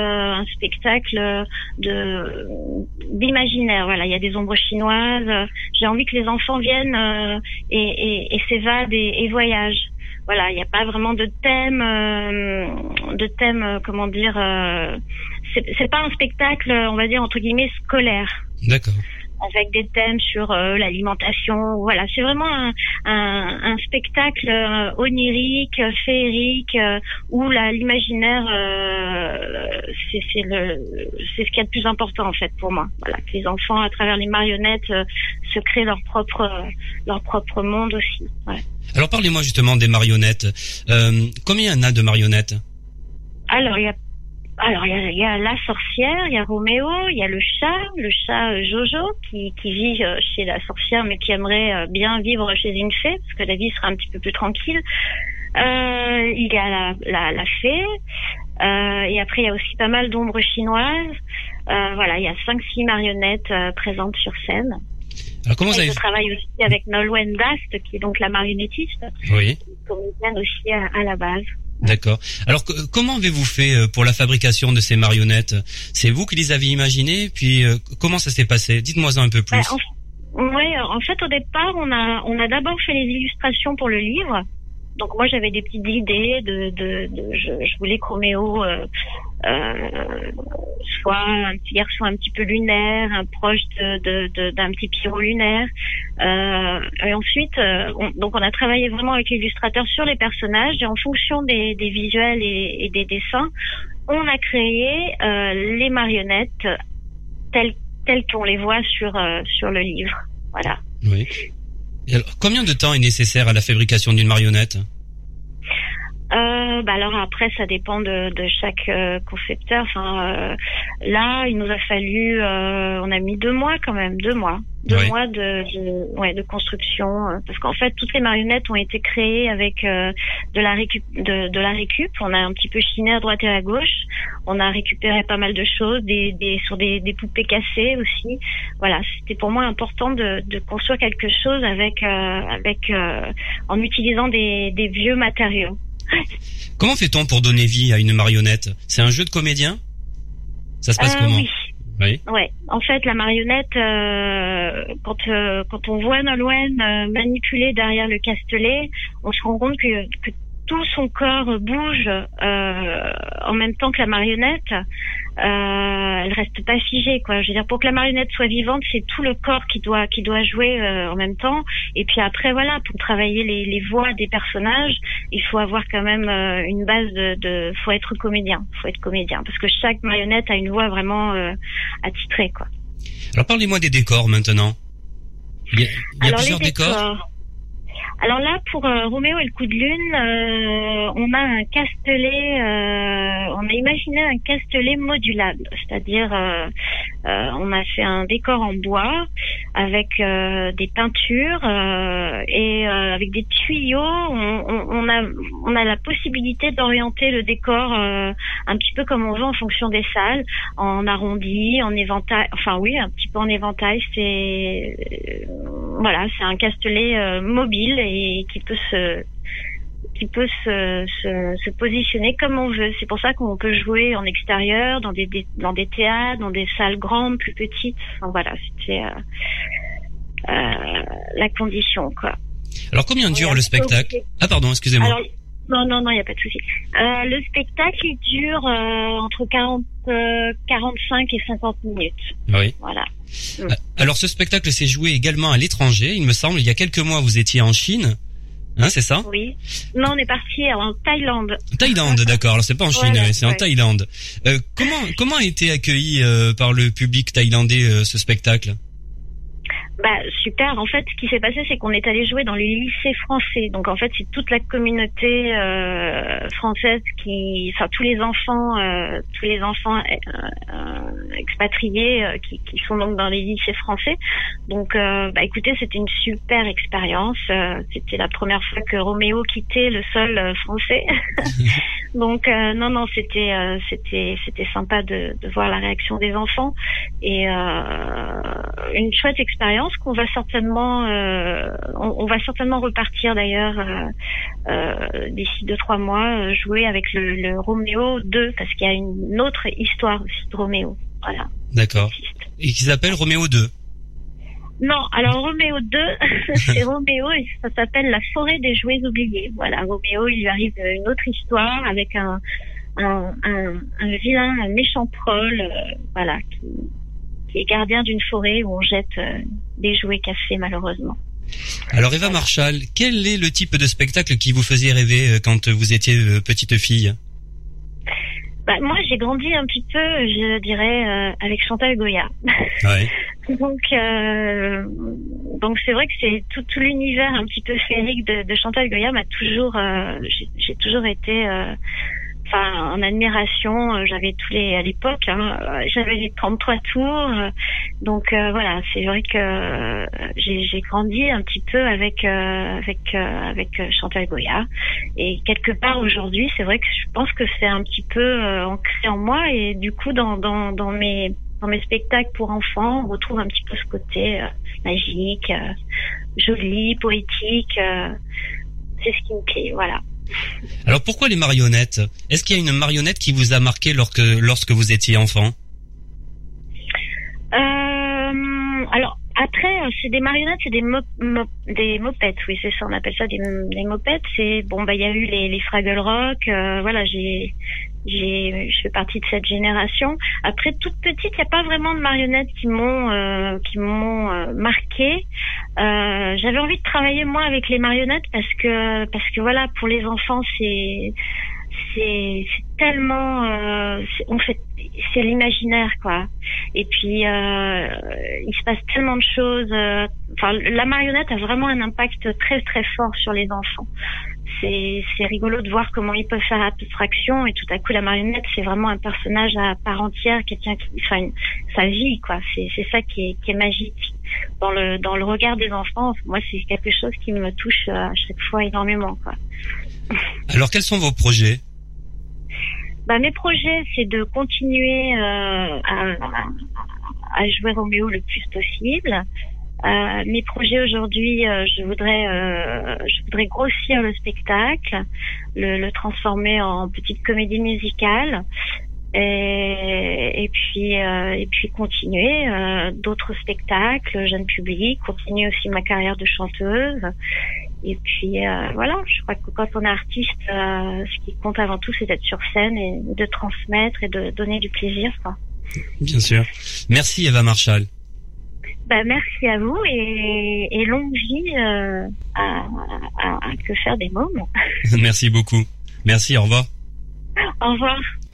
d'imaginaire. Voilà, il y a des ombres chinoises. J'ai envie que les enfants viennent et s'évadent et voyagent. Voilà, il n'y a pas vraiment de thème, comment dire. C'est pas un spectacle, on va dire entre guillemets scolaire. D'accord. Avec des thèmes sur l'alimentation. Voilà, c'est vraiment un spectacle onirique, féerique, où l'imaginaire c'est ce qu'il y a de plus important en fait pour moi. Voilà, que les enfants à travers les marionnettes se créent leur propre monde aussi. Ouais. Alors parlez-moi justement des marionnettes. Combien il y en a de marionnettes? Alors il y a la sorcière, il y a Roméo, il y a le chat Jojo qui vit chez la sorcière mais qui aimerait bien vivre chez une fée parce que la vie sera un petit peu plus tranquille. Il y a la fée, et après il y a aussi pas mal d'ombres chinoises. Voilà, il y a 5-6 marionnettes présentes sur scène. Alors comment vous avez... Je travaille aussi avec Nolwenn Dast, qui est donc la marionnettiste, oui, comédienne aussi à la base. D'accord. Alors comment avez-vous fait pour la fabrication de ces marionnettes? C'est vous qui les avez imaginées? Puis comment ça s'est passé? Dites-moi un peu plus. En fait, au départ, on a d'abord fait les illustrations pour le livre. Donc moi j'avais des petites idées je voulais que Roméo soit un petit garçon un petit peu lunaire, un proche d'un petit Pierrot lunaire. Et ensuite on a travaillé vraiment avec l'illustrateur sur les personnages et en fonction des visuels et des dessins, on a créé les marionnettes telles qu'on les voit sur le livre. Voilà. Oui. Et alors, combien de temps est nécessaire à la fabrication d'une marionnette? Alors après ça dépend de chaque concepteur. Là il nous a fallu on a mis 2 mois quand même, 2 mois. 2 mois de construction, parce qu'en fait toutes les marionnettes ont été créées avec de la récup. On a un petit peu chiné à droite et à gauche. On a récupéré pas mal de choses, sur des poupées cassées aussi. Voilà, c'était pour moi important de construire quelque chose avec en utilisant des vieux matériaux. Comment fait-on pour donner vie à une marionnette? C'est un jeu de comédien? Ça se passe comment? Oui. Ouais. En fait, la marionnette, quand on voit Nolwenn manipuler derrière le castelet, on se rend compte que tout son corps bouge en même temps que la marionnette. Elle reste pas figée, quoi. Je veux dire, pour que la marionnette soit vivante, c'est tout le corps qui doit jouer en même temps. Et puis après, voilà, pour travailler les voix des personnages, il faut avoir quand même une base faut être comédien, parce que chaque marionnette a une voix vraiment attitrée, quoi. Alors parlez-moi des décors maintenant. Il y a plusieurs décors. Alors là, pour Roméo et le coup de lune, on a un castelet, on a imaginé un castelet modulable, c'est-à-dire on a fait un décor en bois avec des peintures et avec des tuyaux. On a la possibilité d'orienter le décor un petit peu comme on veut en fonction des salles, en arrondi, en éventail, un petit peu en éventail. C'est un castelet mobile et qui peut se positionner comme on veut. C'est pour ça qu'on peut jouer en extérieur, dans des théâtres, dans des salles grandes, plus petites. Enfin, voilà, c'était la condition, quoi. Alors combien dure le spectacle? Ah pardon, excusez-moi. Alors, non, il y a pas de souci. Le spectacle il dure entre 45 et 50 minutes. Oui. Voilà. Alors ce spectacle s'est joué également à l'étranger, il me semble. Il y a quelques mois, vous étiez en Chine. Hein, c'est ça? Oui. Non, on est parti en Thaïlande. Thaïlande, d'accord. Alors c'est pas en Chine, voilà, c'est en Thaïlande. Comment a été accueilli par le public thaïlandais ce spectacle? Super. En fait, ce qui s'est passé, c'est qu'on est allé jouer dans les lycées français. Donc en fait, c'est toute la communauté française tous les enfants expatriés qui sont donc dans les lycées français. Donc écoutez, c'était une super expérience. C'était la première fois que Roméo quittait le sol français. Donc non, c'était sympa de voir la réaction des enfants et une chouette expérience qu'on va certainement on va certainement repartir d'ailleurs d'ici 2-3 mois jouer avec le Roméo 2 parce qu'il y a une autre histoire aussi de Roméo. Voilà. D'accord. Et qui s'appelle Roméo 2. Non, alors Roméo 2, c'est Roméo et ça s'appelle La forêt des jouets oubliés. Voilà, Roméo, il lui arrive une autre histoire avec un vilain, un méchant troll, qui est gardien d'une forêt où on jette des jouets cassés malheureusement. Alors Eva Marchal, quel est le type de spectacle qui vous faisait rêver quand vous étiez petite fille? Moi j'ai grandi un petit peu, je dirais, avec Chantal Goya. Ouais. Donc c'est vrai que c'est tout l'univers un petit peu féerique de Chantal Goya m'a toujours, j'ai toujours été, en admiration. J'avais à l'époque, j'avais les 33 tours. Donc voilà, c'est vrai que j'ai grandi un petit peu avec Chantal Goya. Et quelque part aujourd'hui, c'est vrai que je pense que c'est un petit peu ancré en moi. Et du coup, dans mes spectacles pour enfants, on retrouve un petit peu ce côté magique, joli, poétique. C'est ce qui me plaît, voilà. Alors pourquoi les marionnettes ? Est-ce qu'il y a une marionnette qui vous a marqué lorsque vous étiez enfant ? Alors après, c'est des marionnettes, c'est des mopettes, oui, c'est ça, on appelle ça des mopettes. C'est il y a eu les Fraggle Rock, voilà, je fais partie de cette génération. Après, toute petite, il n'y a pas vraiment de marionnettes qui m'ont marqué. J'avais envie de travailler moi avec les marionnettes parce que voilà, pour les enfants, c'est tellement c'est l'imaginaire, quoi. Et puis il se passe tellement de choses. La marionnette a vraiment un impact très très fort sur les enfants. C'est rigolo de voir comment ils peuvent faire abstraction et tout à coup la marionnette c'est vraiment un personnage à part entière, quelqu'un sa vie, quoi. C'est ça qui est magique dans le regard des enfants. Moi c'est quelque chose qui me touche à chaque fois énormément, quoi. Alors quels sont vos projets ? Mes projets, c'est de continuer à jouer Roméo le plus possible. Mes projets aujourd'hui, je voudrais grossir le spectacle, le transformer en petite comédie musicale, et puis continuer d'autres spectacles, jeune public, continuer aussi ma carrière de chanteuse. Et puis voilà, je crois que quand on est artiste, ce qui compte avant tout, c'est d'être sur scène et de transmettre et de donner du plaisir, quoi. Bien sûr. Merci Eva Marchal. Merci à vous et longue vie à Que faire des mômes. Merci beaucoup. Merci, au revoir. Au revoir.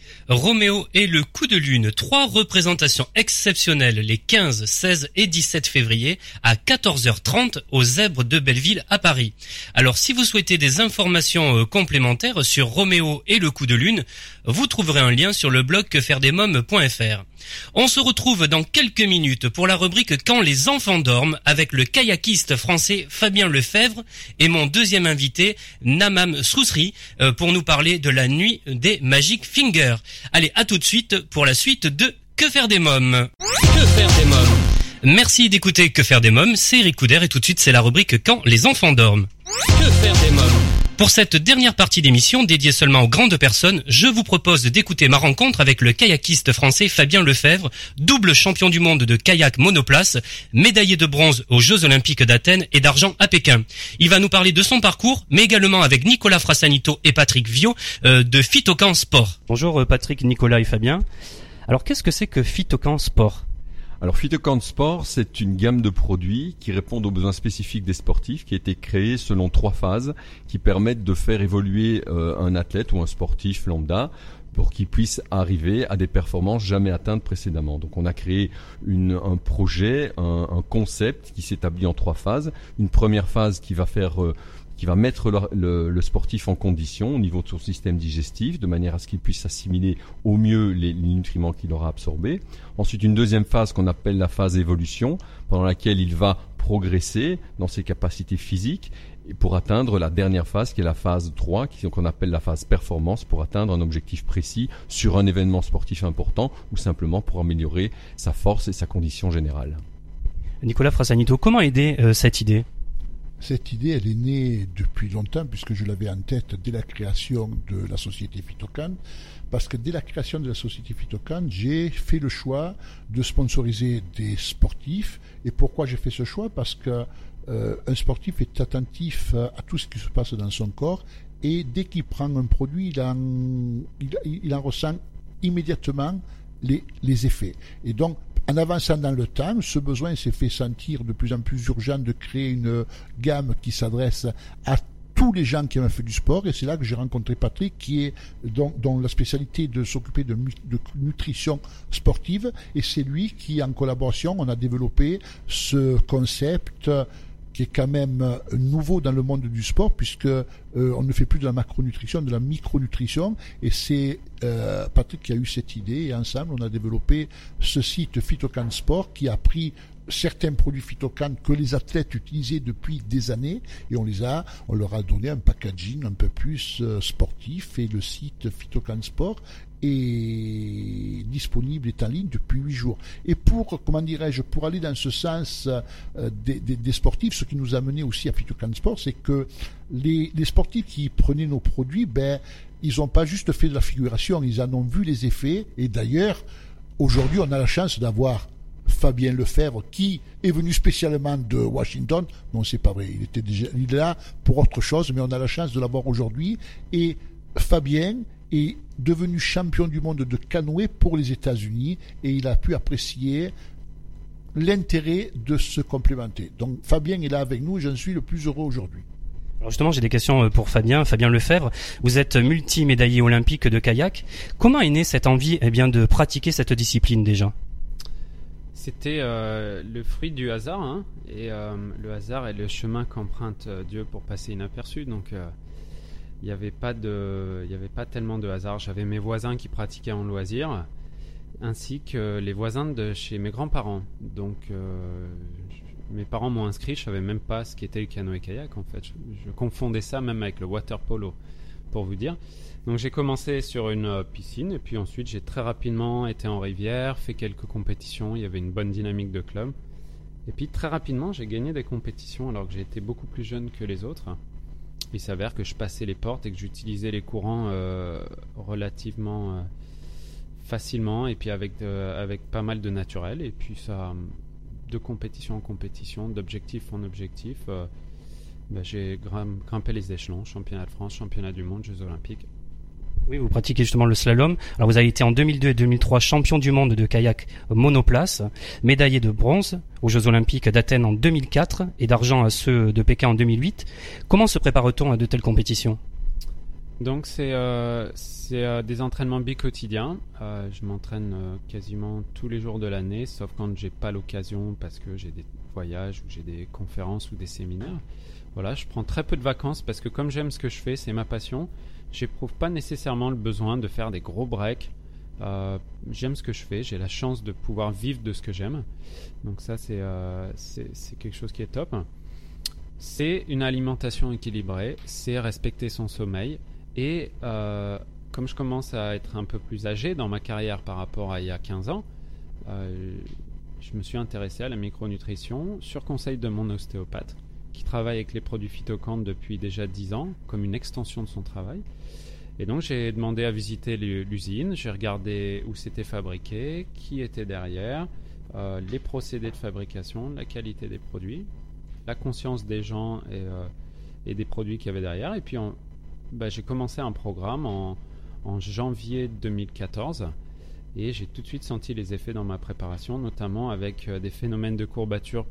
Roméo et le coup de lune, 3 représentations exceptionnelles les 15, 16 et 17 février à 14h30 aux Zèbres de Belleville à Paris. Alors si vous souhaitez des informations complémentaires sur Roméo et le coup de lune, vous trouverez un lien sur le blog quefairedesmoms.fr. On se retrouve dans quelques minutes pour la rubrique Quand les enfants dorment avec le kayakiste français Fabien Lefebvre et mon deuxième invité Namam Srousri pour nous parler de la nuit des Magic Fingers. Allez, à tout de suite pour la suite de Que faire des mômes. Que faire des mômes. Merci d'écouter Que faire des mômes, c'est Eric Couder et tout de suite c'est la rubrique Quand les enfants dorment. Que faire des mômes. Pour cette dernière partie d'émission dédiée seulement aux grandes personnes, je vous propose d'écouter ma rencontre avec le kayakiste français Fabien Lefebvre, double champion du monde de kayak monoplace, médaillé de bronze aux Jeux Olympiques d'Athènes et d'argent à Pékin. Il va nous parler de son parcours, mais également avec Nicolas Frassanito et Patrick Viau de Phytocan Sport. Bonjour Patrick, Nicolas et Fabien. Alors qu'est-ce que c'est que Phytocan Sport ? Alors Phytocan Sport, c'est une gamme de produits qui répondent aux besoins spécifiques des sportifs, qui a été créée selon 3 phases qui permettent de faire évoluer un athlète ou un sportif lambda pour qu'il puisse arriver à des performances jamais atteintes précédemment. Donc on a créé un projet, un concept qui s'établit en 3 phases. Une première phase qui va mettre le sportif en condition au niveau de son système digestif, de manière à ce qu'il puisse assimiler au mieux les nutriments qu'il aura absorbés. Ensuite, une deuxième phase qu'on appelle la phase évolution, pendant laquelle il va progresser dans ses capacités physiques pour atteindre la dernière phase qui est la phase 3, qu'on appelle la phase performance, pour atteindre un objectif précis sur un événement sportif important ou simplement pour améliorer sa force et sa condition générale. Nicolas Frassanito, comment aider cette idée ? Cette idée, elle est née depuis longtemps, puisque je l'avais en tête dès la création de la société Phytocan. Parce que dès la création de la société Phytocan, j'ai fait le choix de sponsoriser des sportifs. Et pourquoi j'ai fait ce choix ? Parce que un sportif est attentif à tout ce qui se passe dans son corps. Et dès qu'il prend un produit, il en ressent immédiatement les effets. Et donc, en avançant dans le temps, ce besoin s'est fait sentir de plus en plus urgent de créer une gamme qui s'adresse à tous tous les gens qui aiment fait du sport, et c'est là que j'ai rencontré Patrick, qui est dont la spécialité de s'occuper de nutrition sportive, et c'est lui qui, en collaboration, on a développé ce concept qui est quand même nouveau dans le monde du sport, puisque on ne fait plus de la macronutrition, de la micronutrition, et c'est Patrick qui a eu cette idée, et ensemble on a développé ce site Phytocan Sport qui a pris certains produits Phytocan que les athlètes utilisaient depuis des années, et on leur a donné un packaging un peu plus sportif, et le site Phytocan Sport est disponible, est en ligne depuis 8 jours. Et pour aller dans ce sens des sportifs, ce qui nous a mené aussi à Phytocan Sport, c'est que les sportifs qui prenaient nos produits, ils n'ont pas juste fait de la figuration, ils en ont vu les effets, et d'ailleurs, aujourd'hui, on a la chance d'avoir Fabien Lefebvre, qui est venu spécialement de Washington. Non, c'est pas vrai, il est là pour autre chose, mais on a la chance de l'avoir aujourd'hui. Et Fabien est devenu champion du monde de canoë pour les États-Unis, et il a pu apprécier l'intérêt de se complémenter. Donc Fabien est là avec nous, et j'en suis le plus heureux aujourd'hui. Alors justement, j'ai des questions pour Fabien Lefebvre. Vous êtes multi-médaillé olympique de kayak. Comment est née cette envie de pratiquer cette discipline déjà ? C'était le fruit du hasard, hein, et le hasard est le chemin qu'emprunte Dieu pour passer inaperçu. Donc il n'y avait pas tellement de hasard. J'avais mes voisins qui pratiquaient en loisir, ainsi que les voisins de chez mes grands-parents. Donc mes parents m'ont inscrit, je savais même pas ce qu'était le canoë-kayak en fait. Je confondais ça même avec le water polo, pour vous dire. Donc j'ai commencé sur une piscine, et puis ensuite j'ai très rapidement été en rivière, fait quelques compétitions, il y avait une bonne dynamique de club. Et puis très rapidement j'ai gagné des compétitions alors que j'ai été beaucoup plus jeune que les autres. Il s'avère que je passais les portes et que j'utilisais les courants relativement facilement, et puis avec pas mal de naturel. Et puis ça, de compétition en compétition, d'objectif en objectif, j'ai grimpé les échelons, championnat de France, championnat du monde, Jeux Olympiques. Oui, vous pratiquez justement le slalom. Alors vous avez été en 2002 et 2003 champion du monde de kayak monoplace, médaillé de bronze aux Jeux Olympiques d'Athènes en 2004 et d'argent à ceux de Pékin en 2008. Comment se prépare-t-on à de telles compétitions ? Donc c'est des entraînements bi-quotidiens. Je m'entraîne quasiment tous les jours de l'année, sauf quand j'ai pas l'occasion parce que j'ai des voyages ou j'ai des conférences ou des séminaires. Voilà, je prends très peu de vacances parce que comme j'aime ce que je fais, c'est ma passion. J'éprouve pas nécessairement le besoin de faire des gros breaks. J'aime ce que je fais, j'ai la chance de pouvoir vivre de ce que j'aime. Donc ça, c'est quelque chose qui est top. C'est une alimentation équilibrée, c'est respecter son sommeil. Et comme je commence à être un peu plus âgé dans ma carrière par rapport à il y a 15 ans, je me suis intéressé à la micronutrition sur conseil de mon ostéopathe, qui travaille avec les produits Phytocan depuis déjà 10 ans, comme une extension de son travail. Et donc j'ai demandé à visiter l'usine, j'ai regardé où c'était fabriqué, qui était derrière, les procédés de fabrication, la qualité des produits, la conscience des gens et des produits qu'il y avait derrière. Et puis j'ai commencé un programme en janvier 2014, et j'ai tout de suite senti les effets dans ma préparation, notamment avec des phénomènes de courbature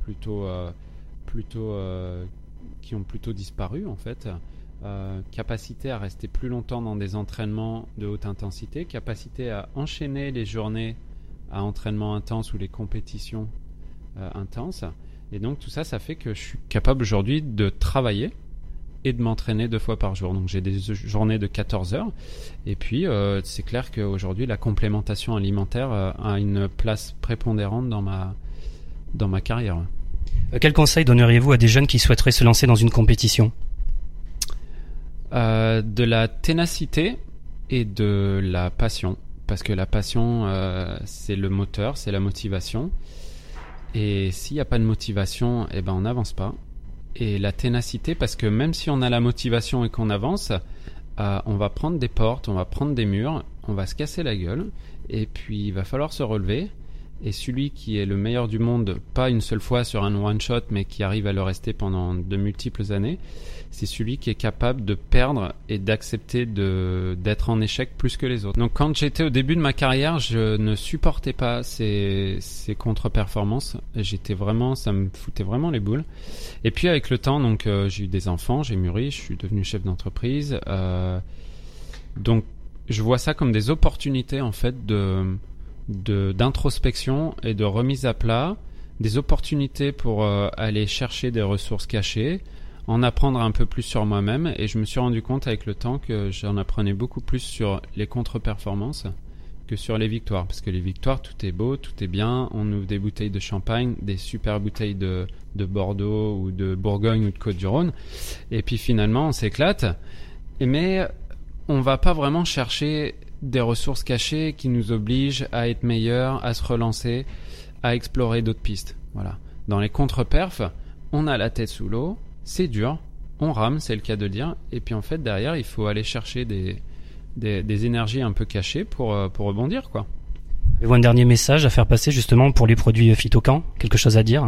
qui ont plutôt disparu en fait, capacité à rester plus longtemps dans des entraînements de haute intensité, capacité à enchaîner les journées à entraînement intense ou les compétitions intenses, et donc tout ça fait que je suis capable aujourd'hui de travailler et de m'entraîner 2 fois par jour. Donc j'ai des journées de 14 heures, et puis c'est clair qu'aujourd'hui la complémentation alimentaire a une place prépondérante dans ma carrière. Quel conseil donneriez-vous à des jeunes qui souhaiteraient se lancer dans une compétition ? De la ténacité et de la passion. Parce que la passion, c'est le moteur, c'est la motivation. Et s'il n'y a pas de motivation, on n'avance pas. Et la ténacité, parce que même si on a la motivation et qu'on avance, on va prendre des portes, on va prendre des murs, on va se casser la gueule. Et puis il va falloir se relever. Et celui qui est le meilleur du monde, pas une seule fois sur un one-shot, mais qui arrive à le rester pendant de multiples années, c'est celui qui est capable de perdre et d'accepter d'être en échec plus que les autres. Donc quand j'étais au début de ma carrière, je ne supportais pas ces contre-performances. Ça me foutait vraiment les boules. Et puis avec le temps, donc j'ai eu des enfants, j'ai mûri, je suis devenu chef d'entreprise. Donc je vois ça comme des opportunités en fait d'introspection et de remise à plat, des opportunités pour aller chercher des ressources cachées, en apprendre un peu plus sur moi-même, et je me suis rendu compte avec le temps que j'en apprenais beaucoup plus sur les contre-performances que sur les victoires, parce que les victoires, tout est beau, tout est bien, on ouvre des bouteilles de champagne, des super bouteilles de Bordeaux ou de Bourgogne ou de Côte-du-Rhône, et puis finalement on s'éclate, mais on va pas vraiment chercher des ressources cachées qui nous obligent à être meilleurs, à se relancer, à explorer d'autres pistes. Voilà. Dans les contre-perfs, on a la tête sous l'eau, c'est dur, on rame, c'est le cas de le dire, et puis en fait derrière il faut aller chercher des énergies un peu cachées pour rebondir, quoi. Avez-vous un dernier message à faire passer justement pour les produits Phytocan? Quelque chose à dire?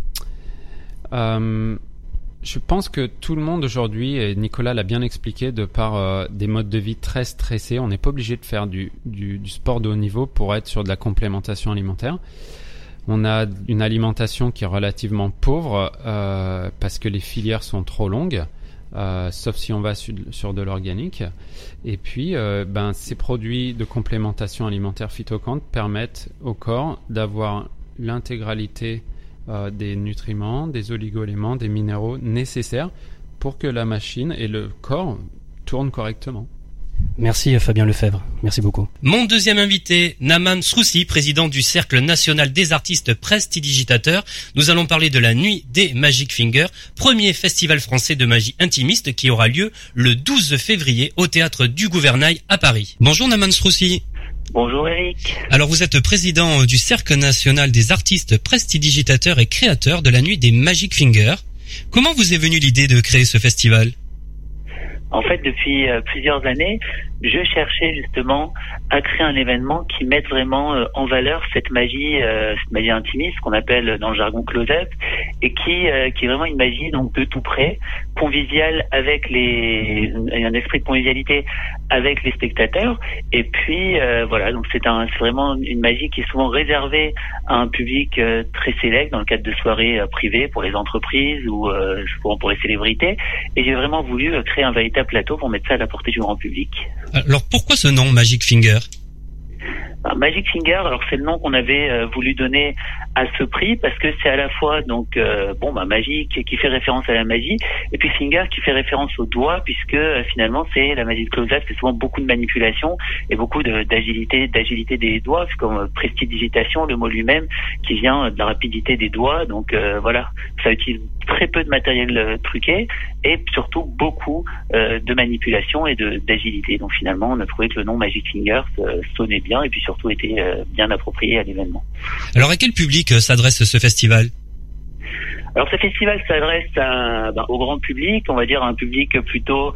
Je pense que tout le monde aujourd'hui, et Nicolas l'a bien expliqué, de par des modes de vie très stressés, on n'est pas obligé de faire du sport de haut niveau pour être sur de la complémentation alimentaire. On a une alimentation qui est relativement pauvre parce que les filières sont trop longues, sauf si on va sur de l'organique. Et puis, ces produits de complémentation alimentaire Phytocan permettent au corps d'avoir l'intégralité des nutriments, des oligo-éléments, des minéraux nécessaires pour que la machine et le corps tournent correctement. Merci Fabien Lefebvre, merci beaucoup. Mon deuxième invité, Naman Sroussi, président du Cercle national des artistes prestidigitateurs. Nous allons parler de la Nuit des Magic Fingers, premier festival français de magie intimiste qui aura lieu le 12 février au Théâtre du Gouvernail à Paris. Bonjour Naman Sroussi. Bonjour Eric. Alors vous êtes président du Cercle national des artistes prestidigitateurs et créateurs de la Nuit des Magic Fingers. Comment vous est venue l'idée de créer ce festival ? En fait, depuis plusieurs années, je cherchais justement à créer un événement qui mette vraiment en valeur cette magie intimiste, qu'on appelle dans le jargon close-up, et qui est vraiment une magie donc de tout près, conviviale avec un esprit de convivialité avec les spectateurs. Et puis voilà, donc c'est vraiment une magie qui est souvent réservée à un public très sélect dans le cadre de soirées privées pour les entreprises ou souvent pour les célébrités. Et j'ai vraiment voulu créer un véritable plateau pour mettre ça à la portée du grand public. Alors pourquoi ce nom Magic Finger ? Magic Finger, alors c'est le nom qu'on avait voulu donner à ce prix parce que c'est à la fois donc magique qui fait référence à la magie et puis Finger qui fait référence au doigt puisque finalement c'est la magie de close-up, c'est souvent beaucoup de manipulation et beaucoup d'agilité des doigts, comme prestidigitation, le mot lui-même qui vient de la rapidité des doigts, donc voilà, ça utilise très peu de matériel truqué et surtout beaucoup de manipulation et d'agilité. Donc finalement on a trouvé que le nom Magic Finger sonnait bien et puis surtout était bien approprié à l'événement. Alors à quel public s'adresse ce festival ? Alors ce festival s'adresse au grand public, on va dire un public plutôt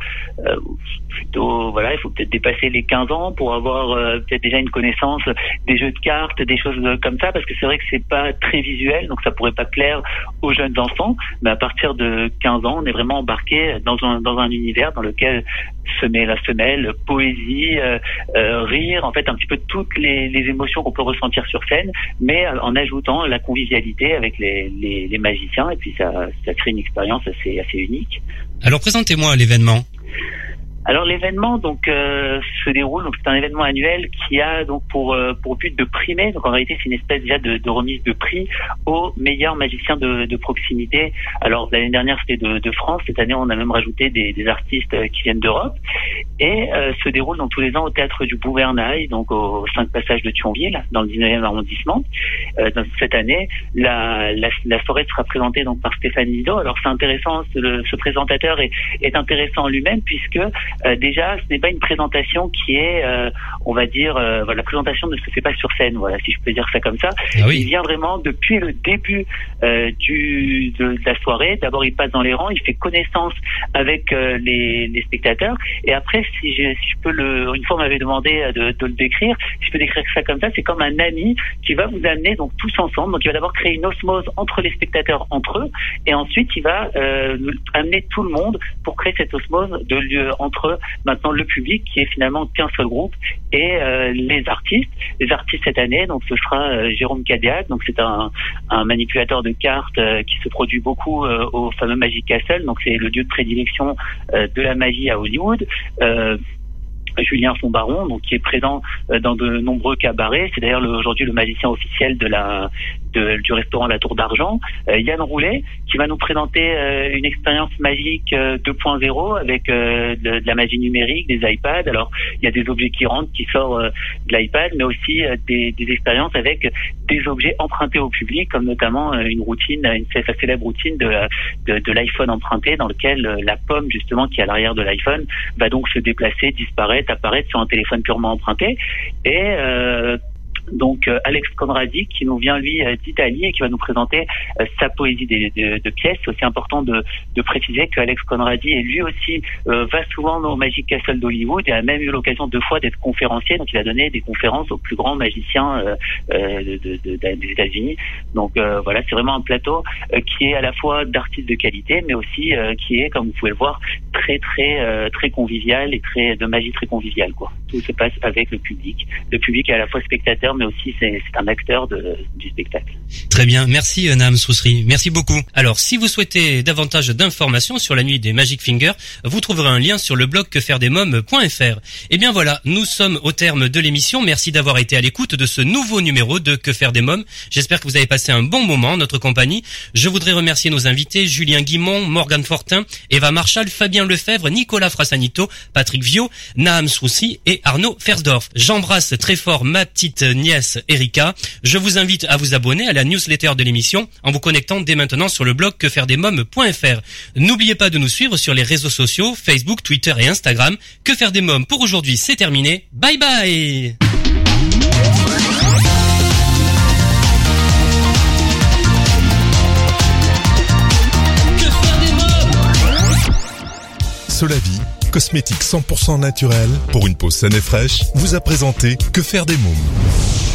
voilà, il faut peut-être dépasser les 15 ans pour avoir peut-être déjà une connaissance des jeux de cartes, des choses comme ça, parce que c'est vrai que c'est pas très visuel, donc ça pourrait pas plaire aux jeunes enfants, mais à partir de 15 ans, on est vraiment embarqué dans un univers dans lequel se mêle poésie, rire, en fait un petit peu toutes les émotions qu'on peut ressentir sur scène, mais en ajoutant la convivialité avec les magiciens, et puis ça crée une expérience assez unique. Alors présentez-moi l'événement. Alors l'événement donc se déroule, donc c'est un événement annuel qui a donc pour but de primer, donc en réalité c'est une espèce déjà de remise de prix aux meilleurs magiciens de proximité. Alors l'année dernière c'était de France, cette année on a même rajouté des artistes qui viennent d'Europe et se déroule donc tous les ans au Théâtre du Gouvernail, donc au 5 passage de Thionville dans le 19e arrondissement. Cette année la soirée sera présentée donc par Stéphane Lido. Alors c'est intéressant, ce présentateur est intéressant en lui-même puisque déjà, ce n'est pas une présentation qui est, on va dire, la présentation ne se fait pas sur scène, voilà, si je peux dire ça comme ça. Ah oui. Il vient vraiment depuis le début de la soirée. D'abord, il passe dans les rangs, il fait connaissance avec les spectateurs. Et après, si je peux une fois on m'avait demandé de le décrire, si je peux décrire ça comme ça, c'est comme un ami qui va vous amener donc tous ensemble. Donc il va d'abord créer une osmose entre les spectateurs entre eux, et ensuite il va amener tout le monde pour créer cette osmose entre maintenant le public qui est finalement qu'un seul groupe et les artistes. Les artistes cette année, donc ce sera Jérôme Cadillac, donc c'est un manipulateur de cartes qui se produit beaucoup au fameux Magic Castle, donc c'est le lieu de prédilection de la magie à Hollywood. Julien Fonbaron, donc qui est présent dans de nombreux cabarets. C'est d'ailleurs aujourd'hui le magicien officiel du restaurant La Tour d'Argent. Yann Roulet, qui va nous présenter une expérience magique 2.0 avec de la magie numérique, des iPads. Alors il y a des objets qui rentrent, qui sortent de l'iPad, mais aussi des expériences avec des objets empruntés au public, comme notamment une célèbre routine de l'iPhone emprunté, dans lequel la pomme justement qui est à l'arrière de l'iPhone va donc se déplacer, disparaître, apparaître sur un téléphone purement emprunté. Et donc Alex Conradi qui nous vient lui d'Italie et qui va nous présenter sa poésie de pièces. C'est aussi important de préciser que Alex Conradi et lui aussi va souvent au Magic Castle d'Hollywood et a même eu l'occasion 2 fois d'être conférencier. Donc il a donné des conférences aux plus grands magiciens des États-Unis. Donc voilà, c'est vraiment un plateau qui est à la fois d'artistes de qualité, mais aussi qui est, comme vous pouvez le voir, très convivial et de magie très conviviale, quoi. Tout se passe avec le public. Le public est à la fois spectateur, mais aussi c'est un acteur du spectacle. Très bien, merci Naham Srousri, merci beaucoup. Alors si vous souhaitez davantage d'informations sur la nuit des Magic Fingers, vous trouverez un lien sur le blog quefairedesmoms.fr. Et bien voilà, nous sommes au terme de l'émission. Merci d'avoir été à l'écoute de ce nouveau numéro de Que faire des mômes. J'espère que vous avez passé un bon moment en notre compagnie. Je voudrais remercier nos invités Julien Guimont, Morgane Fortin, Eva Marchal, Fabien Lefebvre, Nicolas Frassanito, Patrick Viau, Naham Sroussi et Arnaud Fersdorf. J'embrasse très fort ma petite nièce Erika. Je vous invite à vous abonner à la newsletter de l'émission en vous connectant dès maintenant sur le blog quefairedesmoms.fr. N'oubliez pas de nous suivre sur les réseaux sociaux, Facebook, Twitter et Instagram. Que faire des mômes pour aujourd'hui, c'est terminé. Bye bye. Solavi, cosmétique 100% naturel pour une peau saine et fraîche, vous a présenté Que faire des mômes.